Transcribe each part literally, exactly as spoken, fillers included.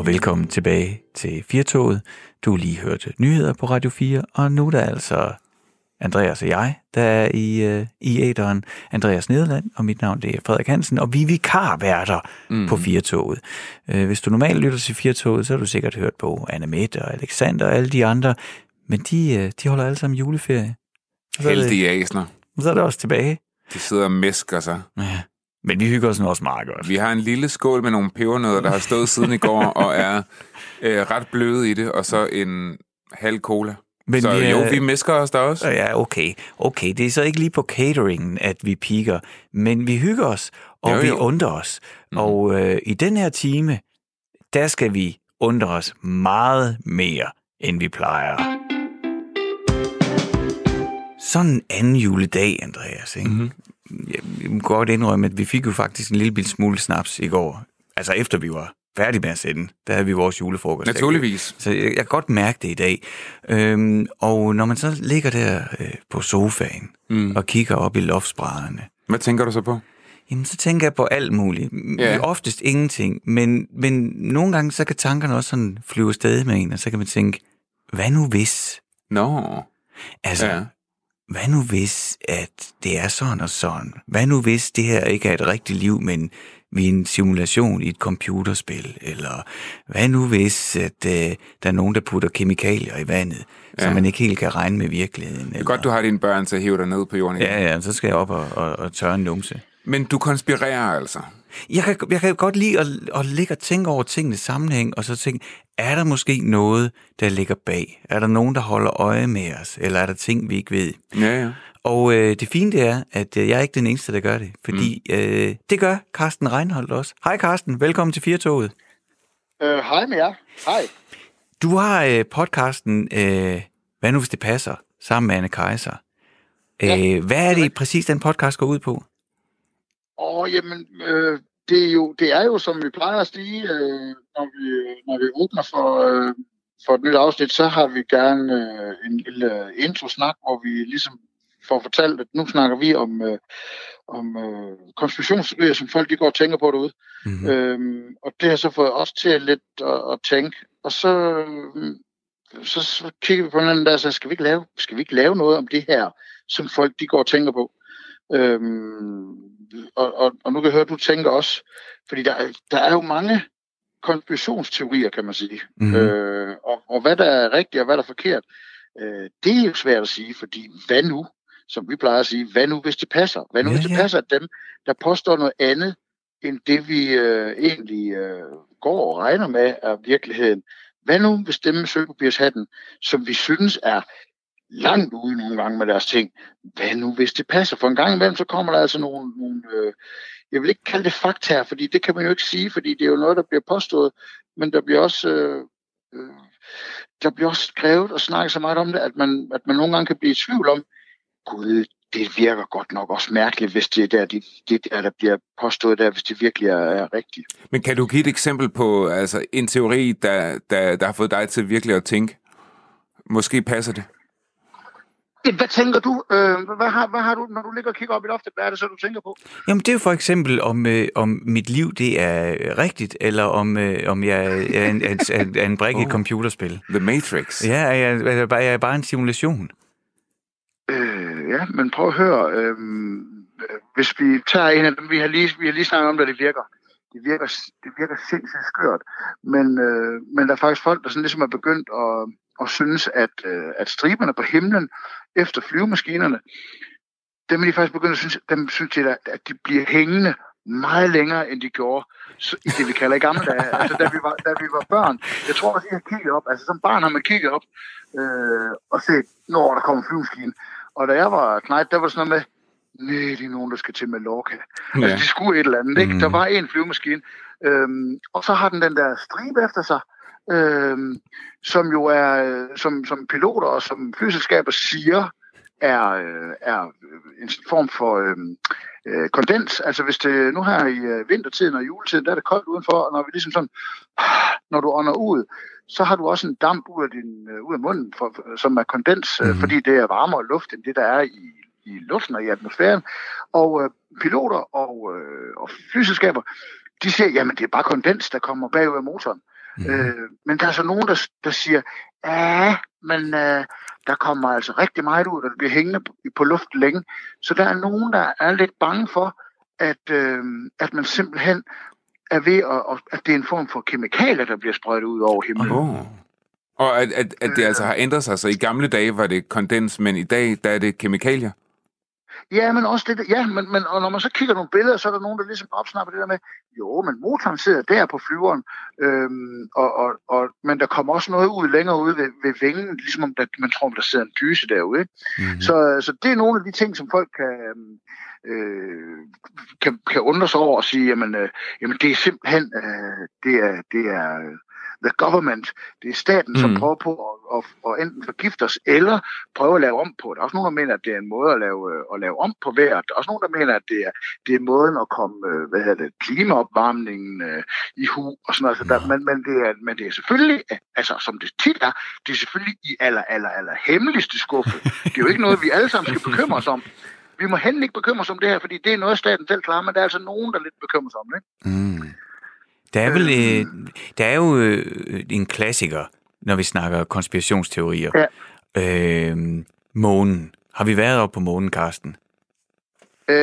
og velkommen tilbage til Firtoget. Du har lige hørt nyheder på Radio fire, og nu er der altså Andreas og jeg, der er i, uh, i æteren. Andreas Nederland, og mit navn det er Frederik Hansen, og vi er vikarværter mm. på Firtoget. Uh, hvis du normalt lytter til Firtoget, så har du sikkert hørt på Annemette og Alexander og alle de andre, men de, uh, de holder alle sammen juleferie. Heldige asner. Så er det også tilbage. De sidder og mæsker sig. Ja. Men vi hygger os nu også meget godt. Vi har en lille skål med nogle pebernødder, der har stået siden i går, og er øh, ret bløde i det, og så en halv cola. Men så vi, jo, vi mæsker os der også. Ja, okay. Okay, det er så ikke lige på cateringen, at vi piker, men vi hygger os, og jo, jo. vi undrer os. Mm. Og øh, i den her time, der skal vi undre os meget mere, end vi plejer. Sådan en anden juledag, Andreas, ikke? Mm-hmm. Jeg må godt indrømme, at vi fik jo faktisk en lille bil smule snaps i går. Altså efter vi var færdige med at sende, der havde vi vores julefrokost. Naturligvis. Så jeg, jeg kan godt mærke det i dag. Øhm, og når man så ligger der øh, på sofaen mm. og kigger op i loftsbrædderne. Hvad tænker du så på? Jamen, så tænker jeg på alt muligt. Yeah. Oftest ingenting. Men, men nogle gange, så kan tankerne også sådan flyve afsted med en, og så kan man tænke, hvad nu hvis? Nå. No. Altså... Ja. Hvad nu hvis, at det er sådan og sådan? Hvad nu hvis det her ikke er et rigtigt liv, men vi er en simulation i et computerspil? Eller hvad nu hvis, at øh, der er nogen, der putter kemikalier i vandet, ja. Så man ikke helt kan regne med virkeligheden? Det er godt, du har dine børn til at hive dig ned på jorden. Ja, ja, så skal jeg op og, og, og tørre en numse. Men du konspirerer altså? Jeg kan, jeg kan godt lide at, at ligge og tænke over tingenes sammenhæng, og så tænke, er der måske noget, der ligger bag? Er der nogen, der holder øje med os? Eller er der ting, vi ikke ved? Ja, ja. Og øh, det fine det er, at øh, jeg er ikke den eneste, der gør det. Fordi mm. øh, det gør Carsten Reinholdt også. Hej Carsten, velkommen til Firtoget. Øh, hej med jer. Hej. Du har øh, podcasten øh, Hvad nu hvis det passer? Sammen med Anne Kejser. Ja, øh, hvad er det præcis, den podcast går ud på? Åh, oh, jamen, øh, det, er jo, det er jo, som vi plejer at sige, øh, når, vi, når vi åbner for, øh, for et nyt afsnit, så har vi gerne øh, en lille intro-snak, hvor vi ligesom får fortalt, at nu snakker vi om, øh, om øh, konspirationsteorier, som folk de går og tænker på derude. Mm-hmm. Øhm, og det har så fået os til lidt at, at tænke. Og så, øh, så, så kigger vi på hinanden der og siger, skal vi ikke lave, skal vi ikke lave noget om det her, som folk de går og tænker på? Øhm, og, og, og nu kan jeg høre, at du tænker også, fordi der, der er jo mange konspirationsteorier, kan man sige. Mm-hmm. Øh, og, og hvad der er rigtigt og hvad der er forkert, øh, det er jo svært at sige, fordi hvad nu, som vi plejer at sige, hvad nu hvis det passer? Hvad nu ja, hvis det ja. passer, at dem, der påstår noget andet, end det vi øh, egentlig øh, går og regner med af virkeligheden. Hvad nu hvis dem med sølvpapirshatten, som vi synes er langt ude nogle gange med deres ting, hvad nu hvis det passer? For en gang imellem, så kommer der altså nogle, nogle øh, jeg vil ikke kalde det fakta, fordi det kan man jo ikke sige, fordi det er jo noget, der bliver påstået, men der bliver også, øh, øh, der bliver også skrevet og snakket så meget om det, at man, at man nogle gange kan blive i tvivl om, gud, det virker godt nok også mærkeligt, hvis det der, det, det der, der bliver påstået der, hvis det virkelig er, er rigtigt. Men kan du give et eksempel på altså, en teori, der, der, der har fået dig til virkelig at tænke, måske passer det? Hvad tænker du? Øh, hvad, har, hvad har du, når du ligger og kigger op i loftet? Hvad er det så, du tænker på? Jamen, det er jo for eksempel, om, øh, om mit liv det er rigtigt, eller om, øh, om jeg er en, en, en brik i et computerspil. The Matrix. Ja, er jeg, er jeg, bare, jeg er bare en simulation. Øh, ja, men prøv at høre. Øh, hvis vi tager en af dem, vi har lige, vi har lige snakket om, at det virker. Det virker, det virker sindssygt skørt. Men, øh, men der er faktisk folk, der sådan ligesom er begyndt at... og synes, at, øh, at striberne på himlen efter flyvemaskinerne, dem er de faktisk begyndt at synes, dem synes de, at de bliver hængende meget længere, end de gjorde så, i det, vi kalder i gamle dage. Altså, da vi var, da vi var børn. Jeg tror også, jeg har kigget op. Altså, som barn har man kigget op øh, og set, når der kommer flyvemaskinen. Og da jeg var knægt, der var sådan noget med, nej, det er nogen, der skal til Mallorca. Ja. Altså, de skulle et eller andet, ikke? Mm. Der var en flyvemaskine. Øhm, og så har den den der stribe efter sig, Øhm, som jo er, som, som piloter og som flyselskaber siger, er, er en form for øhm, øh, kondens. Altså hvis det nu her i øh, vintertiden og juletiden, der er det koldt udenfor, og når vi ligesom sådan, når du ånder ud, så har du også en damp ud af, din, øh, ud af munden, for, som er kondens, øh, mm-hmm. fordi det er varmere luft, end det der er i, i luften og i atmosfæren. Og øh, piloter og, øh, og flyselskaber, de siger, jamen det er bare kondens, der kommer bagud af motoren. Mm. Øh, men der er så nogen, der, der siger, ja, men øh, der kommer altså rigtig meget ud, og det bliver hængende på, på luften længe. Så der er nogen, der er lidt bange for, at, øh, at man simpelthen er ved, at, at det er en form for kemikalier, der bliver sprøjtet ud over himlen. Oh. Og at, at, at det altså har ændret sig. Så i gamle dage var det kondens, men i dag, der er det kemikalier? Ja, men også det, ja, men, men og når man så kigger nogle billeder, så er der nogen, der ligesom opsnapper det der med, jo, men motoren sidder der på flyveren, øhm, og, og, og, men der kommer også noget ud længere ude ved, ved vingen, ligesom om der, man tror, der sidder en dyse derude. Ikke? Mm-hmm. Så, så det er nogle af de ting, som folk kan, øh, kan, kan undre sig over og sige, jamen, øh, jamen det er simpelthen, øh, det er, det er the government, det er staten, mm. som prøver på at, at, at enten forgifte os, eller prøve at lave om på det. Der er også nogen, der mener, at det er en måde at lave, at lave om på vejret. Der er også nogen, der mener, at det er, det er måden at komme, hvad hedder det, klimaopvarmningen øh, i hu og sådan noget. Så der, men, men, det er, men det er selvfølgelig, altså som det tit er, det er selvfølgelig i aller, aller, aller hemmeligste skuffe. Det er jo ikke noget, vi alle sammen skal bekymre os om. Vi må hen ikke bekymre os om det her, fordi det er noget, staten selv klarer, men der er altså nogen, der lidt bekymrer sig om det. Mm. Der er vel øh, der er jo øh, en klassiker, når vi snakker konspirationsteorier. Ja. Øh, månen. Har vi været oppe på månen, Carsten? Øh,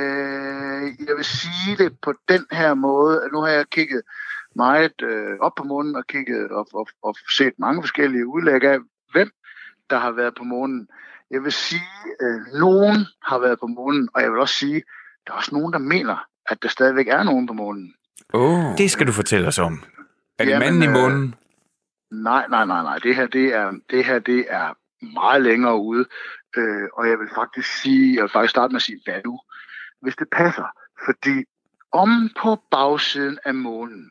jeg vil sige det på den her måde. Nu har jeg kigget meget øh, op på månen og kigget og, og, og set mange forskellige udlæg af, hvem der har været på månen. Jeg vil sige, at øh, nogen har været på månen, og jeg vil også sige, at der er også nogen, der mener, at der stadigvæk er nogen på månen. Oh. Det skal du fortælle os om. Er det manden i månen? Øh, nej, nej, nej, nej. Det her, det er, det her, det er meget længere ude. Øh, og jeg vil faktisk sige, jeg vil faktisk starte med at sige, hvad nu? Hvis det passer. Fordi om på bagsiden af månen,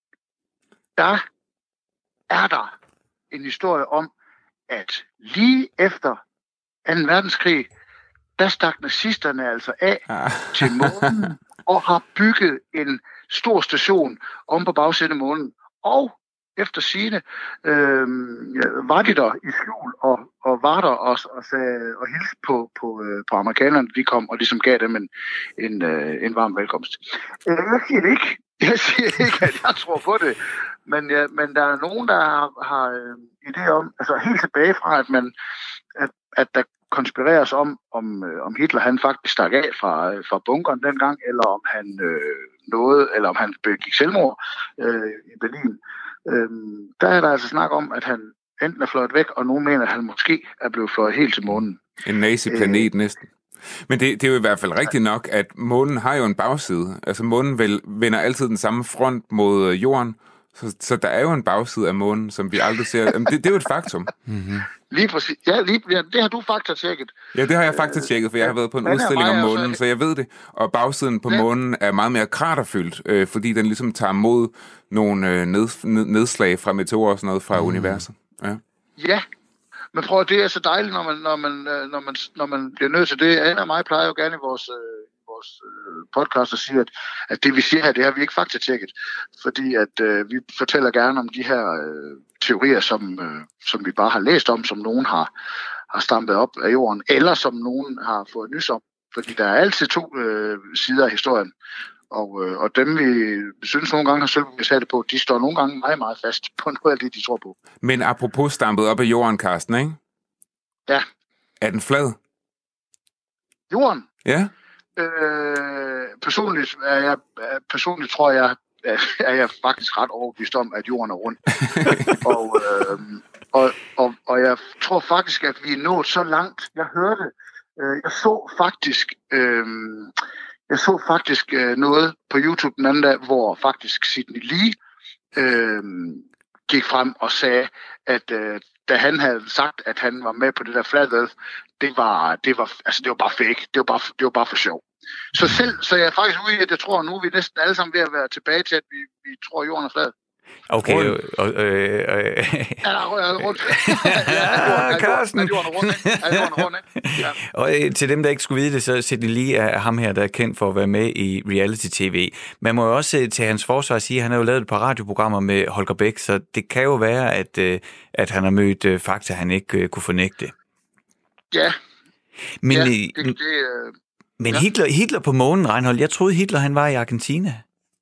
der er der en historie om, at lige efter anden verdenskrig, der stak nazisterne altså af ah. til månen og har bygget en stor station om på bagsiden af månen. Og efter sigende øh, var de der i skjul og, og var der og, og, sagde, og hilste på, på, øh, på amerikanerne. De kom og ligesom gav dem en, en, øh, en varm velkomst. Jeg siger det ikke. Jeg siger ikke, at jeg tror på det. Men, ja, men der er nogen, der har, har øh, idé om, altså helt tilbage fra, at, man, at, at der konspireres om, om, øh, om Hitler han faktisk stak af fra, øh, fra bunkeren dengang, eller om han øh, nåede, eller om han begik selvmord øh, i Berlin. Øhm, der er der altså snak om, at han enten er fløjet væk, og nogen mener, at han måske er blevet fløjet helt til månen. En nazi-planet øh, næsten. Men det, det er jo i hvert fald rigtigt nok, at månen har jo en bagside. Altså månen vel, vender altid den samme front mod jorden, så, så der er jo en bagside af månen, som vi aldrig ser. Jamen, det, det er jo et faktum. Mm-hmm. Lige præcis. Ja, lige, ja, det har du faktatjekket. Ja, det har jeg faktatjekket, for jeg har været på en ja, udstilling om månen, altså, så jeg ved det. Og bagsiden på ja. månen er meget mere kraterfyldt, øh, fordi den ligesom tager mod nogle øh, ned, nedslag fra meteorer og sådan noget fra mm. universet. Ja. ja, men prøv, det er så dejligt, når man, når man, når man, når man bliver nødt til det. Anna og mig plejer jo gerne i vores, øh, vores øh, podcast at sige, at, at det vi siger her, det har vi ikke faktatjekket. Fordi at øh, vi fortæller gerne om de her øh, teorier, som, øh, som vi bare har læst om, som nogen har, har stampet op af jorden, eller som nogen har fået nys om. Fordi der er altid to øh, sider af historien. Og, øh, og dem, vi synes nogle gange har selv sat på, de står nogle gange meget, meget fast på noget af det, de tror på. Men apropos stampet op af jorden, Carsten, ikke? Ja. Er den flad? Jorden? Ja. Øh, personligt, er jeg, personligt tror jeg, er jeg faktisk ret overbevist om, at jorden er rund. og, øh, og, og, og jeg tror faktisk, at vi er nået så langt. Jeg hørte, øh, jeg så faktisk... Øh, Jeg så faktisk øh, noget på YouTube den anden dag, hvor faktisk Sidney Lee øh, gik frem og sagde, at øh, da han havde sagt, at han var med på det der Flat Earth, det var, det var, altså, det var bare fake. Det var bare, det var bare for sjov. Så selv, så jeg er faktisk ude i, at jeg tror, at nu er vi næsten alle sammen ved at være tilbage til, at vi, vi tror, at jorden er flad. Okay, øh, øh, øh, ja, rundt. Ja, Carsten. Og øh, til dem, der ikke skulle vide det, så Sidney Lee er ham her, der er kendt for at være med i reality-tv. Man må jo også til hans forsvar sige, at han har jo lavet et par radioprogrammer med Holger Bæk, så det kan jo være, at, øh, at han har mødt øh, fakta, han ikke øh, kunne fornægte. Ja. Men, ja, det, det, øh, men ja. Hitler, Hitler på månen, Reinhold, jeg troede Hitler, han var i Argentina.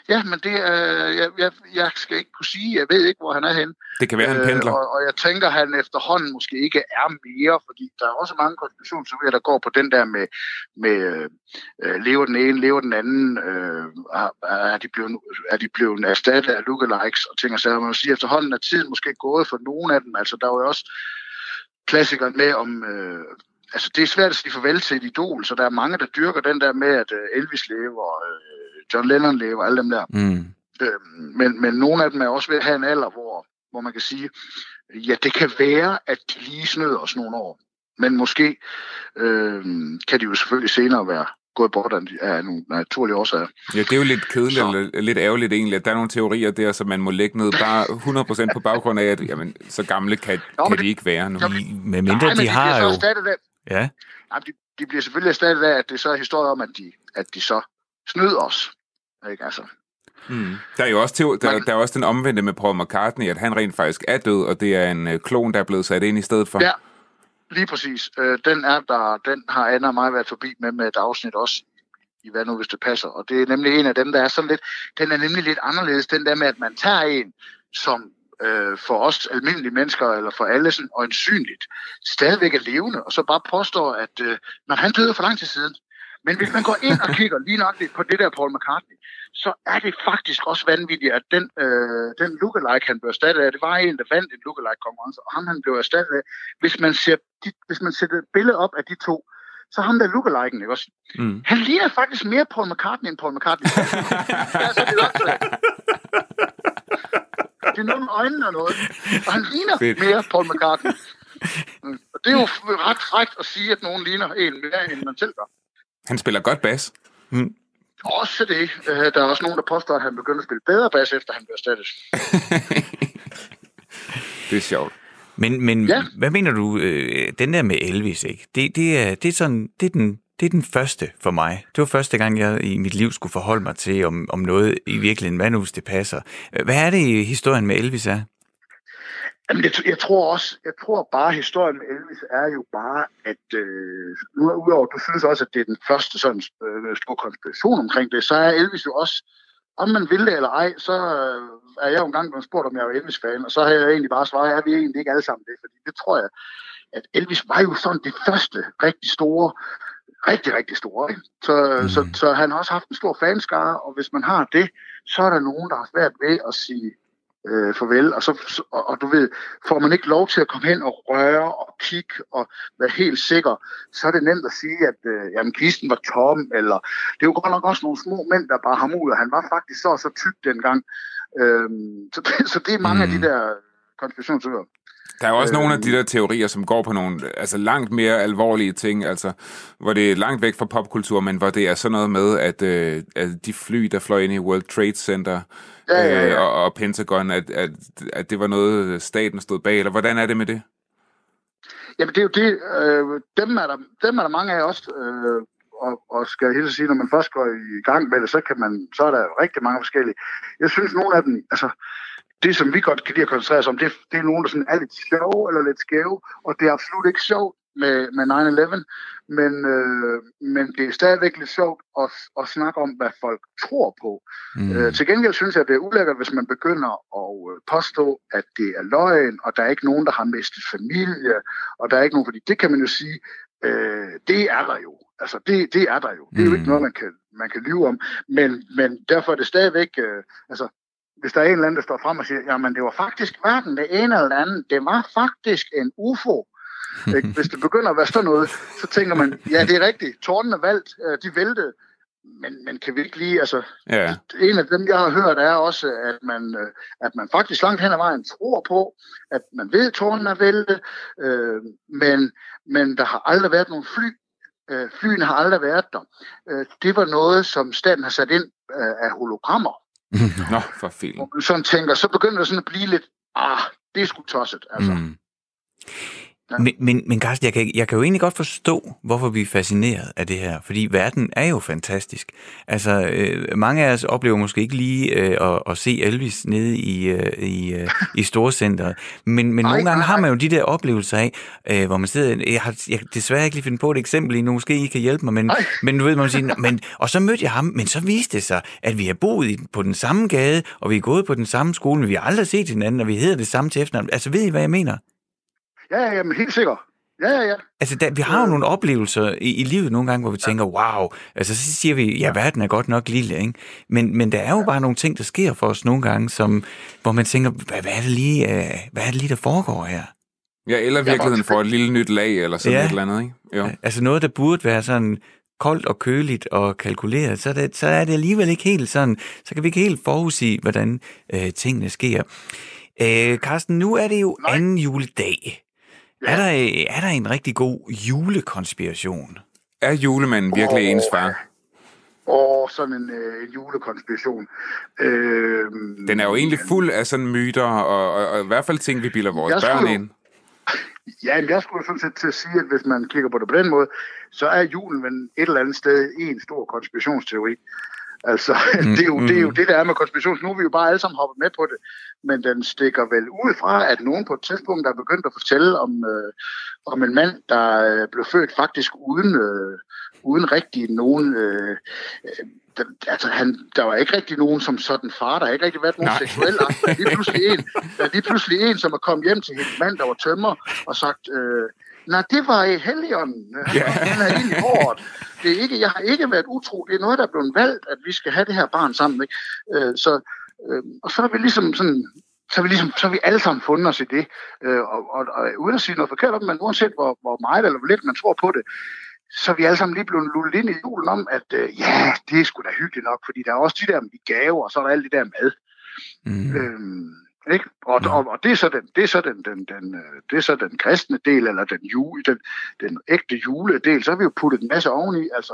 Ja, men det er, jeg, jeg, jeg skal ikke kunne sige, jeg ved ikke, hvor han er henne. Det kan være, han pendler. Øh, og, og jeg tænker, at han efterhånden måske ikke er mere, fordi der er også mange konspirationsteorier, der går på den der med, med øh, lever den ene, lever den anden, øh, er, er, de blevet, er de blevet erstattet af lookalikes og ting og sager. Man må sige, at efterhånden er tiden måske gået for nogle af dem. Altså, der var jo også klassikeren med om... Øh, altså, det er svært at sige farvel til et idol, så der er mange, der dyrker den der med, at Elvis lever, øh, John Lennon lever, alle dem der. Mm. Øh, men, men nogle af dem er også ved at have en alder, hvor, hvor man kan sige, ja, det kan være, at de lige snød os nogle år. Men måske øh, kan de jo selvfølgelig senere være gået bort af nogle naturlige årsager. Ja, det er jo lidt kedeligt, eller lidt ærgerligt egentlig, at der er nogle teorier der, som man må lægge ned bare hundrede procent på baggrund af, at jamen, så gamle kan, Nå, kan de ikke være nu. Med mindre nej, de, de har jo... Ja. Nej, de, de bliver selvfølgelig erstattet af, at det så er historie om, at de, at de så snød os. Ikke altså? Mm. Der er jo også, teori, der, der er også den omvendte med Paul McCartney, at han rent faktisk er død, og det er en øh, klon, der er blevet sat ind i stedet for. Ja, lige præcis. Øh, den er der, den har Anna og mig været forbi med med et afsnit også i Hvad nu, hvis det passer. Og det er nemlig en af dem, der er sådan lidt, den er nemlig lidt anderledes, den der med, at man tager en, som øh, for os almindelige mennesker, eller for alle sådan øjensynligt, stadigvæk er levende, og så bare påstår, at øh, når han døde for lang tid siden. Men hvis man går ind og kigger lige nok på det der Paul McCartney, så er det faktisk også vanvittigt, at den, øh, den lookalike, han blev erstattet af, det var en, der vandt en lookalike-konkurrence, og ham, han blev erstattet af. Hvis man ser, de, hvis man sætter et billede op af de to, så ham der lookaliken, ikke også? Mm. Han ligner faktisk mere Paul McCartney end Paul McCartney. Altså, det er også det er noget med øjnene og noget, og han ligner Fedt. mere Paul McCartney. Mm. Og det er jo ret frækt at sige, at nogen ligner en mere, end man selv gør. Han spiller godt bas. Mm. Også det. Der er også nogen, der påstår, at han begynder at spille bedre bas, efter han bliver erstattet. Det er sjovt. Men, men ja. Hvad mener du, øh, den der med Elvis, ikke? Det, det, er, det, er sådan, det, er den, det er den første for mig. Det var første gang, jeg i mit liv skulle forholde mig til, om, om noget i virkeligheden, hvad nu hvis det passer. Hvad er det i historien med Elvis er? Jamen, det, jeg tror også, jeg tror bare, historien med Elvis er jo bare, at øh, nu udover, du synes også, at det er den første sådan øh, store konspiration omkring det, så er Elvis jo også, om man vil det eller ej, så øh, er jeg jo engang blevet spurgt, om jeg er Elvis-fan, og så har jeg egentlig bare svaret, at vi er egentlig ikke alle sammen det, fordi det tror jeg, at Elvis var jo sådan det første rigtig store, rigtig, rigtig store, ikke? Så, mm. så, så han har også haft en stor fanskare, og hvis man har det, så er der nogen, der har svært ved at sige øh, farvel, og, så, og, og du ved, får man ikke lov til at komme hen og røre og kigge og være helt sikker, så er det nemt at sige, at øh, jamen, kisten var tom, eller det er jo godt nok også nogle små mænd, der bare har ud, og han var faktisk så så tyk dengang. Øhm, så, det, så det er mange mm. af de der konspirationsteorier. Der er jo også øh, nogle af de der teorier, som går på nogle altså langt mere alvorlige ting, altså hvor det er langt væk fra popkultur, men hvor det er sådan noget med, at, øh, at de fly, der fløj ind i World Trade Center ja, ja, ja. Øh, og, og Pentagon, at, at, at det var noget, staten stod bag, eller hvordan er det med det? Jamen det er jo det, øh, dem, er der, dem er der mange af også, øh, og, og skal jeg helt sige, når man først går i gang med det, så, kan man, så er der rigtig mange forskellige. Jeg synes, nogle af dem, altså det, som vi godt kan lide at koncentrere os om, det, det er nogen, der sådan er lidt sjove eller lidt skæve, og det er absolut ikke sjovt med, med nine eleven, men, øh, men det er stadigvæk lidt sjovt at, at snakke om, hvad folk tror på. Mm. Øh, til gengæld synes jeg, at det er ulækkert, hvis man begynder at påstå, at det er løgn, og der er ikke nogen, der har mistet familie, og der er ikke nogen, fordi det kan man jo sige, øh, det er der jo. Altså, det, det er der jo. Det er jo ikke noget, man kan, man kan lyve om, men, men derfor er det stadigvæk, øh, altså, hvis der er en eller anden, der står frem og siger, jamen det var faktisk hverken det ene eller andet, det var faktisk en U F O. Hvis det begynder at være sådan noget, så tænker man, ja det er rigtigt, tårnen er valgt, de væltede, men, men kan vi ikke lige, altså, yeah. en af dem, jeg har hørt, er også, at man, at man faktisk langt hen ad vejen tror på, at man ved, at tårnen er væltet, øh, men, men der har aldrig været nogen fly, øh, flyene har aldrig været der. Øh, det var noget, som staten har sat ind øh, af hologrammer. Nå, for film. Sådan tænker, så begynder det sådan at blive lidt, ah, det er sgu tosset, altså. Mm. Ja. Men, men, men Carsten, jeg kan, jeg kan jo egentlig godt forstå, hvorfor vi er fascineret af det her, fordi verden er jo fantastisk. Altså, øh, mange af os oplever måske ikke lige øh, at, at se Elvis nede i, øh, i, øh, i storcenteret, men, men Ej, nogle gange ej, har ej. man jo de der oplevelser af, øh, hvor man sidder, jeg har jeg kan desværre ikke lige finde på et eksempel lige nu, måske I kan hjælpe mig, men, men du ved, man siger, men, og så mødte jeg ham, men så viste det sig, at vi har boet i, på den samme gade, og vi er gået på den samme skole, men vi har aldrig set hinanden, og vi hedder det samme til efternavn. Altså, ved I, hvad jeg mener? Ja, ja, men helt sikkert. Ja, ja, ja. Altså, der, vi har jo nogle oplevelser i, i livet nogle gange, hvor vi tænker, wow, altså så siger vi, ja, verden er godt nok lille, ikke? Men, men der er jo bare nogle ting, der sker for os nogle gange, som, hvor man tænker, hvad, hvad, er det lige, uh, hvad er det lige, der foregår her? Ja, eller virkeligheden får et lille nyt lag, eller sådan Ja. et eller andet, ikke? Jo. Altså noget, der burde være sådan koldt og køligt og kalkuleret, så er det, så er det alligevel ikke helt sådan, så kan vi ikke helt forudsige, hvordan uh, tingene sker. Uh, Carsten, nu er det jo Nej. anden juledag. Ja. Er der, er der en rigtig god julekonspiration? Er julemanden virkelig Åh. ens far? Og sådan en, øh, en julekonspiration. Øh, Den er jo egentlig fuld af sådan myter, og, og, og i hvert fald ting, vi bilder vores Jeg børn skulle jo- ind. Ja, men jeg skulle sådan set til at sige, at hvis man kigger på det på den måde, så er julen vel et eller andet sted en stor konspirationsteori. Altså, mm, det, er jo, det er jo det, der er med konspiration. Nu er vi jo bare alle sammen hoppet med på det, men den stikker vel ud fra, at nogen på et tidspunkt er begyndt at fortælle om, øh, om en mand, der øh, blev født faktisk uden, øh, uden rigtig nogen... Øh, øh, der, altså, han, der var ikke rigtig nogen som sådan far, der har ikke rigtig været nogen Nej. seksuel akt. Der er lige pludselig en, der er lige pludselig en, som er kommet hjem til hendes mand, der var tømrer, og sagt... Øh, nej, det var i Helligånden. Han, Ja. han er inde i håret. Det er ikke, jeg har ikke været utro. Det er noget, der er blevet valgt, at vi skal have det her barn sammen. Ikke? Øh, så, øh, og så er vi ligesom sådan... Så er, vi ligesom, så er vi alle sammen fundet os i det. Øh, og, og, og uden at sige noget forkert om, men uanset hvor, hvor meget eller hvor lidt man tror på det, så er vi alle sammen lige blevet lullet ind i julen om, at øh, ja, det er sgu da hyggeligt nok, fordi der er også de der med gaver, og så er der alle de der mad. Mm. Øhm, ikke? Og, og, og det er så den, det er så den, den, den, øh, det er så den kristne del, eller den, jule, den, den ægte juledel, så har vi jo puttet en masse oveni, altså.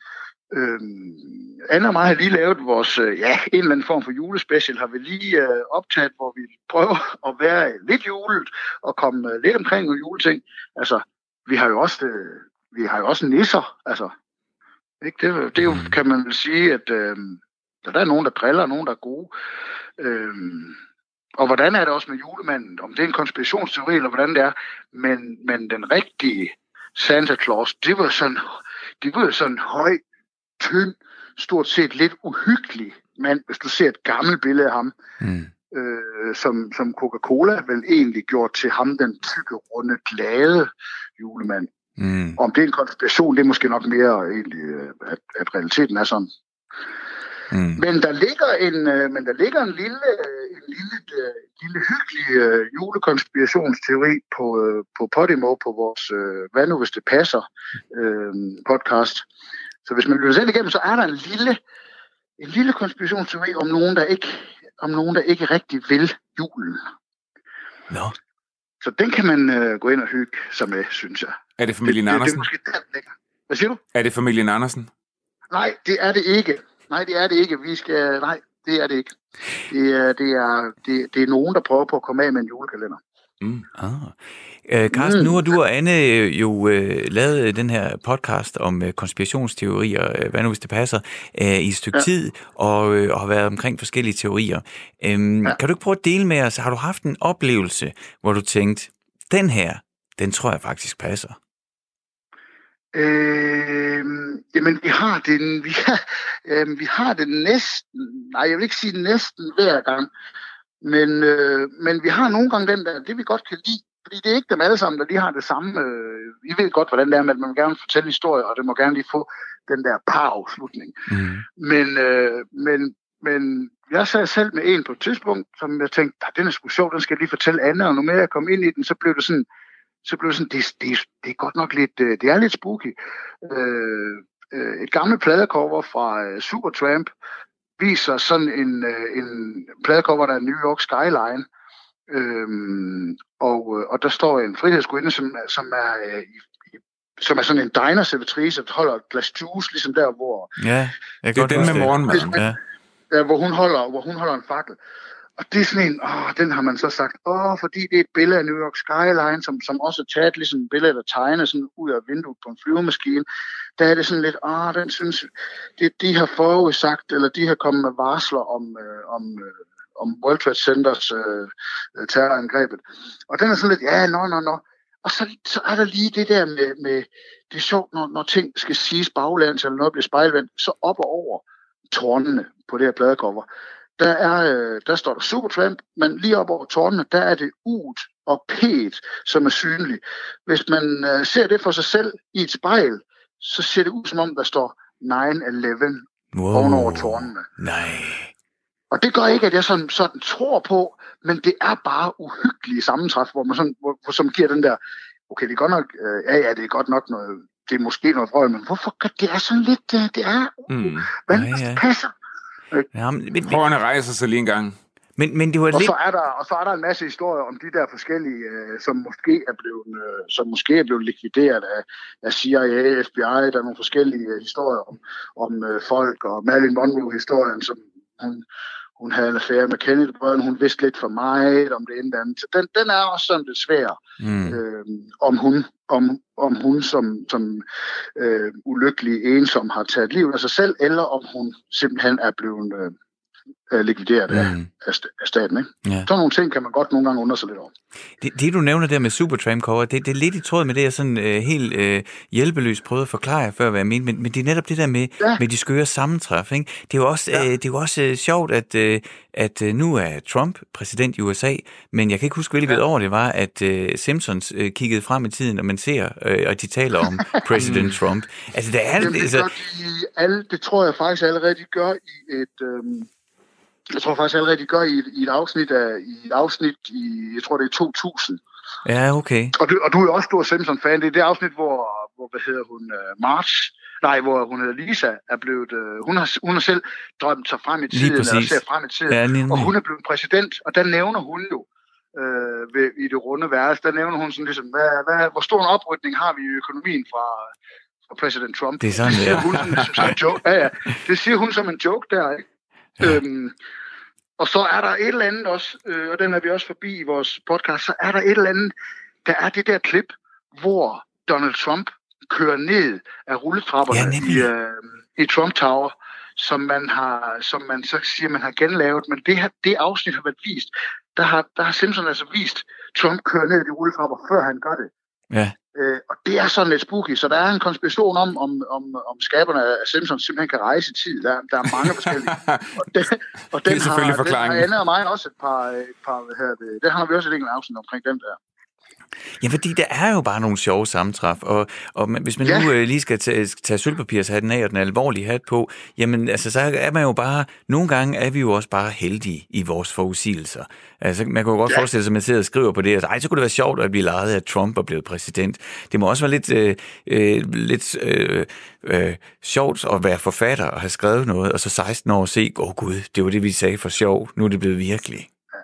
Øhm, Anna og mig har lige lavet vores, øh, ja, en eller anden form for julespecial, har vi lige øh, optaget, hvor vi prøver at være lidt julet, og komme øh, lidt omkring nogle juleting. Altså, vi har jo også, øh, vi har jo også nisser, altså. Ikke? Det, det er jo, kan man vel sige, at øh, der er nogen, der driller, og nogen, der er gode. Øhm, og hvordan er det også med julemanden? Om det er en konspirationsteori, eller hvordan det er. Men, men den rigtige Santa Claus, det var sådan, det var sådan høj, tynd, stort set lidt uhyggelig mand, hvis du ser et gammelt billede af ham, Mm. øh, som, som Coca-Cola vel egentlig gjorde til ham, den tykke, runde, glade julemand. Mm. Om det er en konspiration, det er måske nok mere egentlig, øh, at, at realiteten er sådan. Mm. Men der ligger en, øh, men der ligger en lille, øh, en lille, øh, lille hyggelig øh, julekonspirationsteori på øh, på Podimo, på vores øh, Hvad nu hvis det passer øh, podcast. Så hvis man lytter selv igennem, så er der en lille, en lille konspirationsteori om nogen, der ikke, om nogen, der ikke rigtig vil julen. Nå. Så den kan man øh, gå ind og hygge sig med, synes jeg. Er det familien det, det, det er Andersen? måske der, den ligger. Hvad siger du? Er det familien Andersen? Nej, det er det ikke. Nej, det er det ikke. Vi skal... Nej, det er det ikke. Det er, det er, det, det er nogen, der prøver på at komme af med en julekalender. Mm. Ah. Øh, Carsten, Mm. nu har du og Anne øh, jo øh, lavet den her podcast om øh, konspirationsteorier, øh, hvad nu hvis det passer, øh, i et stykke Ja. tid, og, øh, og har været omkring forskellige teorier. Øhm, Ja. Kan du ikke prøve at dele med os, har du haft en oplevelse, hvor du tænkte, den her, den tror jeg faktisk passer? Øh, jamen, vi har det, vi har, øh, vi har det næsten, nej, jeg vil ikke sige næsten hver gang, men, øh, men vi har nogle gange den der, det vi godt kan lide, fordi det er ikke dem alle sammen, der lige har det samme. Øh, I ved godt, hvordan det er, men man vil gerne fortælle historier, og det må gerne lige få den der par-afslutning. Mm. Men, øh, men, men jeg sad selv med en på et tidspunkt, som jeg tænkte, den er sgu sjov, den skal jeg lige fortælle Anna, og nu mere jeg kom ind i den, så blev det sådan, så blev det sådan, det, det, det er godt nok lidt, det er lidt spooky. Øh, øh, et gammelt pladecover fra øh, Supertramp viser sådan en, øh, en pladecover, der er New York Skyline, øh, og, og der står en frihedsgudinde, som, som er øh, i, som er sådan en diner-servitrice, der holder et glas juice, ligesom der, hvor... Ja, jeg Det er kan den godt med huske morgenmaden. Ja. Ja, hvor hun holder, hvor hun holder en fakkel. Og det er sådan en, åh, den har man så sagt, åh, fordi det er et billede af New York Skyline, som, som også er taget ligesom et billede, der tegner sådan ud af vinduet på en flyvemaskine. Der er det sådan lidt, åh, den synes, det, de har forudsagt, eller de har kommet med varsler om, øh, om, øh, om World Trade Centers øh, terrorangrebet. Og den er sådan lidt, ja, nå, nå, nå. Og så, så er der lige det der med, med det er sjovt, når, når ting skal siges baglæns, eller noget bliver spejlvendt, så op og over tårnene på det her pladecover, der, er, der står der Supertramp, men lige op over tårnene, der er det U'et og P'et, som er synligt. Hvis man uh, ser det for sig selv i et spejl, så ser det ud som om, der står nine eleven wow. ovenover tårnene. Nej. Og det gør ikke, at jeg sådan, sådan tror på, men det er bare uhyggelige sammentræf, hvor man sådan, hvor, som giver den der, okay, det er godt nok, øh, ja, ja, det er godt nok noget, det er måske noget vrøvl, men hvorfor gør det er sådan lidt, øh, det er, uh, mm. hvad ja, ja. passer? Ja, men, Hårene rejser sig lige en gang. Men, men det var og, lidt... så er der, og så er der en masse historier om de der forskellige, øh, som, måske er blevet, øh, som måske er blevet likvideret af, af C I A, F B I. Der er nogle forskellige øh, historier om, om øh, folk, og Marilyn Monroe-historien, som hun, hun havde en affære med Kennedy-brødrene. Hun vidste lidt for meget om det ene eller andet. Så den, den er også sådan lidt svær, mm. øh, om hun, om, om hun som, som øh, ulykkelig ensom har taget livet af sig selv, eller om hun simpelthen er blevet... Øh, likvideret af, mm. af staten. Ikke? Ja. Sådan nogle ting kan man godt nogle gange undre sig lidt over. Det, det du nævner der med Supertramp-cover, det, det er lidt i tråd med det, jeg sådan øh, helt øh, hjælpeløst prøvede at forklare før, hvad jeg mente, men, men det er netop det der med, ja. med de skøre sammentræf. Ikke? Det er jo også, ja. øh, det er jo også øh, sjovt, at, øh, at øh, nu er Trump præsident i U S A, men jeg kan ikke huske, hvilket ja. år det var, at øh, Simpsons øh, kiggede frem i tiden, og man ser, øh, og de taler om President Trump. Altså, der er Jamen, det, altså... gør de alle, det tror jeg faktisk allerede, de gør i et... Øh... Jeg tror faktisk allerede, de gør i et, i et afsnit, af, i et afsnit i, jeg tror det er to tusind. Ja, okay. Og du, og du er jo også stor Simpson-fan. Det er det afsnit, hvor, hvor hvad hedder hun, uh, Marge, nej, hvor hun hedder Lisa, er blevet, uh, hun, har, hun har selv drømt sig frem i tiden, eller ser frem i tiden, ja, og hun er blevet præsident, og der nævner hun jo, uh, ved, i det runde værelse, der nævner hun sådan ligesom, hvad, hvad, hvor stor en oprydning har vi i økonomien fra, fra præsident Trump. Det er sådan, det, hun, som, som en joke. Ja, ja. Det siger hun som en joke der, ikke? Ja. Øhm, og så er der et eller andet også, øh, og den er vi også forbi i vores podcast, så er der et eller andet, der er det der klip, hvor Donald Trump kører ned af rulletrapperne ja, i, øh, i Trump Tower, som man har, som man så siger, man har genlavet, men det, her, det afsnit har været vist, der har, der har Simpson altså vist Trump kører ned i rulletrapper, før han gør det. Ja. Øh, og det er sådan lidt spooky, så der er en konspiration om, om, om, om skaberne af Simpsons simpelthen kan rejse i tid. Der, der er mange forskellige. Og den, og den, har, den har Anna og mig også et par, et par hvad hedder det, den har vi også et enkelt afsnit omkring den der. Ja, fordi der er jo bare nogle sjove sammentræf, og, og hvis man ja. nu øh, lige skal tage, tage sølvpapirshatten af og den alvorlige hat på, jamen altså, så er man jo bare, nogle gange er vi jo også bare heldige i vores forudsigelser. Altså, man kan jo godt ja. forestille sig, at man sidder og skriver på det, og ej, så kunne det være sjovt at blive lejet af Trump og blevet præsident. Det må også være lidt, øh, øh, lidt øh, øh, sjovt at være forfatter og have skrevet noget, og så seksten år se, åh oh, gud, det var det, vi sagde for sjov, nu er det blevet virkelig.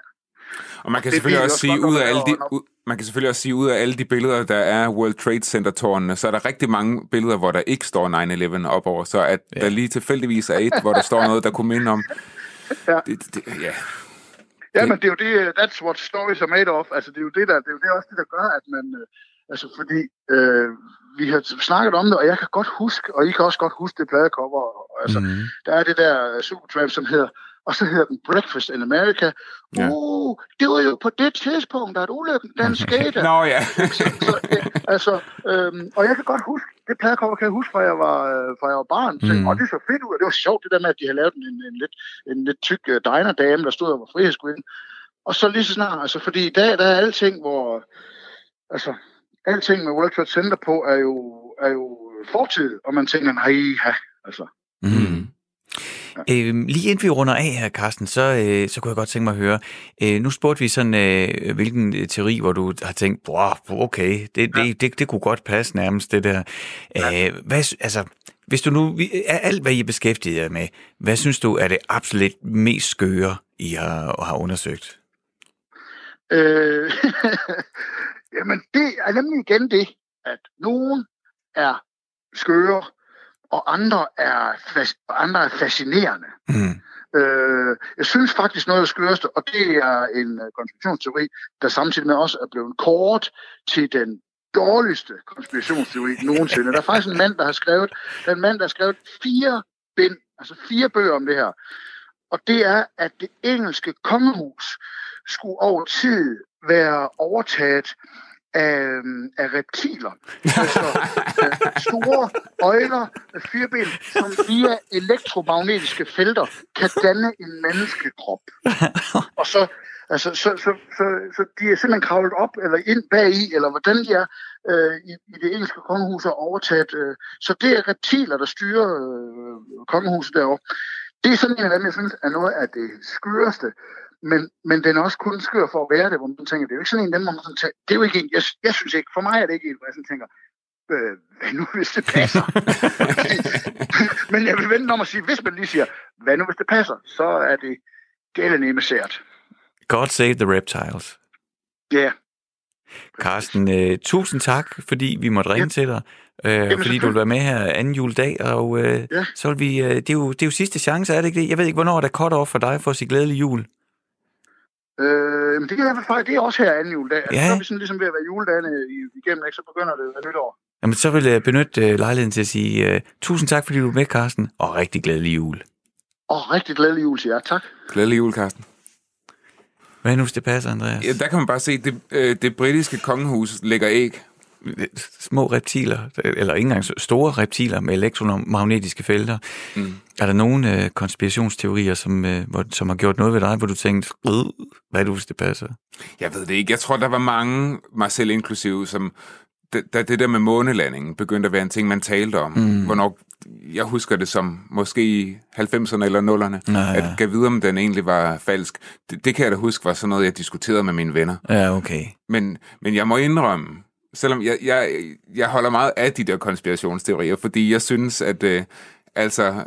Og man kan det selvfølgelig også sige, ud af alle de... Ud, man kan selvfølgelig også sige, ud af alle de billeder, der er World Trade Center-tårnene, så er der rigtig mange billeder, hvor der ikke står nine eleven op over, så at ja. der lige tilfældigvis er et, hvor der står noget, der kunne minde om... Ja. Det, det, ja. ja, men det er jo det, that's what stories are made of. Altså, det er jo det, der, det er jo det også det, der gør, at man... Øh, altså, fordi øh, vi har snakket om det, og jeg kan godt huske, og I kan også godt huske det pladecover. Altså, mm-hmm. der er det der Supertramp, som hedder... Og så hedder den Breakfast in America. Ja. Uh, det var jo på det tidspunkt, at ulykken, den skete. Nå ja. så, så, altså, øhm, og jeg kan godt huske, det pladecover kan jeg huske, fra jeg var, fra jeg var barn. Mm. Og det så fedt ud, og det var sjovt, det der med, at de havde lavet en, en, en, lidt, en lidt tyk uh, diner-dame, der stod og var frihedskvinde. Og så lige så snart, altså, fordi i dag, der er alting, hvor, altså, alting med World Trade Center på, er jo, er jo fortid, og man tænker, nej, ja, altså. Mm. Ja. Øh, lige inden vi runder af her, Carsten, så, øh, så kunne jeg godt tænke mig at høre. Øh, nu spurgte vi sådan, øh, hvilken teori, hvor du har tænkt, okay, det, ja. det, det, det kunne godt passe nærmest, det der. Ja. Øh, hvad, altså, hvis du nu, er alt, hvad I er beskæftiget jer med, hvad synes du er det absolut mest skøre, I har, har undersøgt? Øh, jamen, det er nemlig igen det, at nogen er skøre, og andre er, fas- andre er fascinerende. Mm. Øh, jeg synes faktisk noget af det skøreste, og det er en konspirationsteori, der samtidig med også er blevet kåret til den dårligste konspirationsteori nogensinde. Der er faktisk en mand, der har skrevet, der er en mand, der har skrevet fire bind, altså fire bøger om det her. Og det er, at det engelske kongehus skulle over tid være overtaget af, af reptiler. Altså store øjler med fire ben, som via elektromagnetiske felter kan danne en menneskekrop. Og så, altså, så, så, så, så de er simpelthen kravlet op eller ind bag i, eller hvordan de er øh, i, i det engelske kongehus er overtaget. Øh. Så det er reptiler, der styrer øh, kongehuset derovre. Det er sådan en af dem, jeg synes, er noget af det skøreste. Men, men den er også kun skør for at være det, hvor man tænker, det er jo ikke sådan en af dem, hvor man sådan tænker, det er jo ikke en, jeg, jeg synes ikke, for mig er det ikke en, hvor jeg sådan tænker, øh, hvad nu hvis det passer? Men jeg vil vente om at sige, hvis man lige siger, hvad nu hvis det passer, så er det gældende emissært. God save the reptiles. Ja. Yeah. Carsten, uh, tusind tak, fordi vi måtte ringe ja. til dig. Øh, Jamen, fordi du vil være med her anden juledag, og øh, ja. så vil vi, øh, det, er jo, det er jo sidste chance, er det ikke det? Jeg ved ikke, hvornår er der cut-off for dig for at sige glædelig jul? Øh, men det, er, det er også her anden juledag. Ja. Så er vi sådan ligesom ved at være juledagene igennem, ikke? Så begynder det at nytår. Jamen, så vil jeg benytte øh, lejligheden til at sige øh, tusind tak, fordi du er med, Carsten, og rigtig glædelig jul. Og rigtig glædelig jul til jer, tak. Glædelig jul, Carsten. Hvad nu, hvis det passer, Andreas? Ja, der kan man bare se, at det, øh, det britiske kongehus lægger æg. Små reptiler, eller ikke engang store reptiler med elektromagnetiske felter. Mm. Er der nogle øh, konspirationsteorier, som, øh, hvor, som har gjort noget ved dig, hvor du tænkte, hvad er det, hvis det passer? Jeg ved det ikke. Jeg tror, der var mange, mig selv inklusive, som da det der med månelandingen begyndte at være en ting, man talte om. Mm. Hvornår, jeg husker det som måske i halvfemserne eller nullerne, ja, ja. at gav videre, om den egentlig var falsk. Det, det kan jeg da huske var sådan noget, jeg diskuterede med mine venner. Ja, okay. Men, men jeg må indrømme, selvom jeg, jeg, jeg holder meget af de der konspirationsteorier, fordi jeg synes, at øh, altså,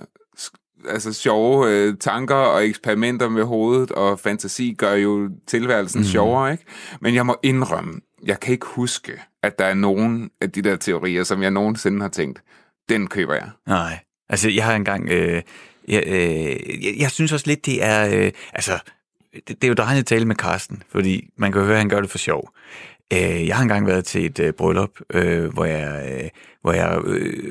altså sjove øh, tanker og eksperimenter med hovedet og fantasi gør jo tilværelsen mm. sjovere, ikke? Men jeg må indrømme, jeg kan ikke huske, at der er nogen af de der teorier, som jeg nogensinde har tænkt, den køber jeg. Nej, altså jeg har engang, øh, jeg, øh, jeg, jeg synes også lidt, det er, øh, altså, det, det er jo drejende at tale med Carsten, fordi man kan høre, at han gør det for sjov. Jeg har engang været til et øh, bryllup, øh, hvor jeg, øh, hvor jeg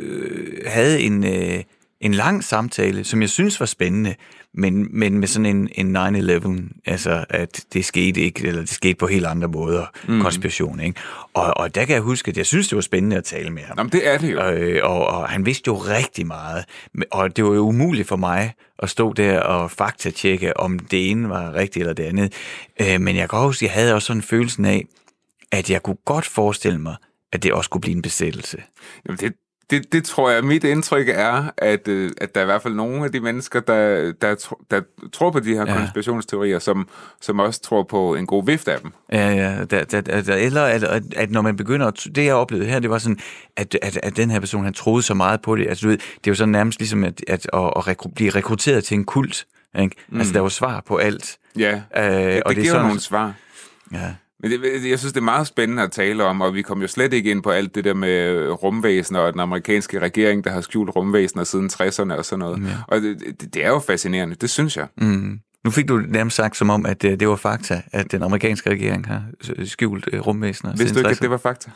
øh, havde en, øh, en lang samtale, som jeg synes var spændende, men, men med sådan en, en nine eleven, altså at det skete ikke, eller det skete på helt andre måder, mm. konspiration, ikke? Og, og der kan jeg huske, at jeg synes, det var spændende at tale med ham. Jamen, det er det jo. Øh, og, og han vidste jo rigtig meget, og det var jo umuligt for mig at stå der og faktatjekke, om det ene var rigtigt eller det andet. Øh, men jeg kan huske, at jeg havde også sådan en følelse af, at jeg kunne godt forestille mig, at det også kunne blive en besættelse. Jamen det, det, det tror jeg, mit indtryk er, at, at der er i hvert fald nogle af de mennesker, der, der, der tror på de her ja. konspirationsteorier, som, som også tror på en god vift af dem. Ja, ja. Der, der, der, eller at, at, at når man begynder at... Det, jeg oplevede her, det var sådan, at, at, at den her person, han troede så meget på det. Altså, du ved, det er jo sådan nærmest ligesom at, at, at, at rekru- blive rekrutteret til en kult. Ikke? Mm. Altså, der var svar på alt. Ja, øh, det, og det, det giver sådan, nogle svar. Ja. Men det, jeg synes, det er meget spændende at tale om, og vi kom jo slet ikke ind på alt det der med rumvæsener og den amerikanske regering, der har skjult rumvæsener siden tresserne og sådan noget. Ja. Og det, det, det er jo fascinerende, det synes jeg. Mm. Nu fik du nærmest sagt som om, at det var fakta, at den amerikanske regering har skjult rumvæsener. Vidste du ikke, at det var fakta?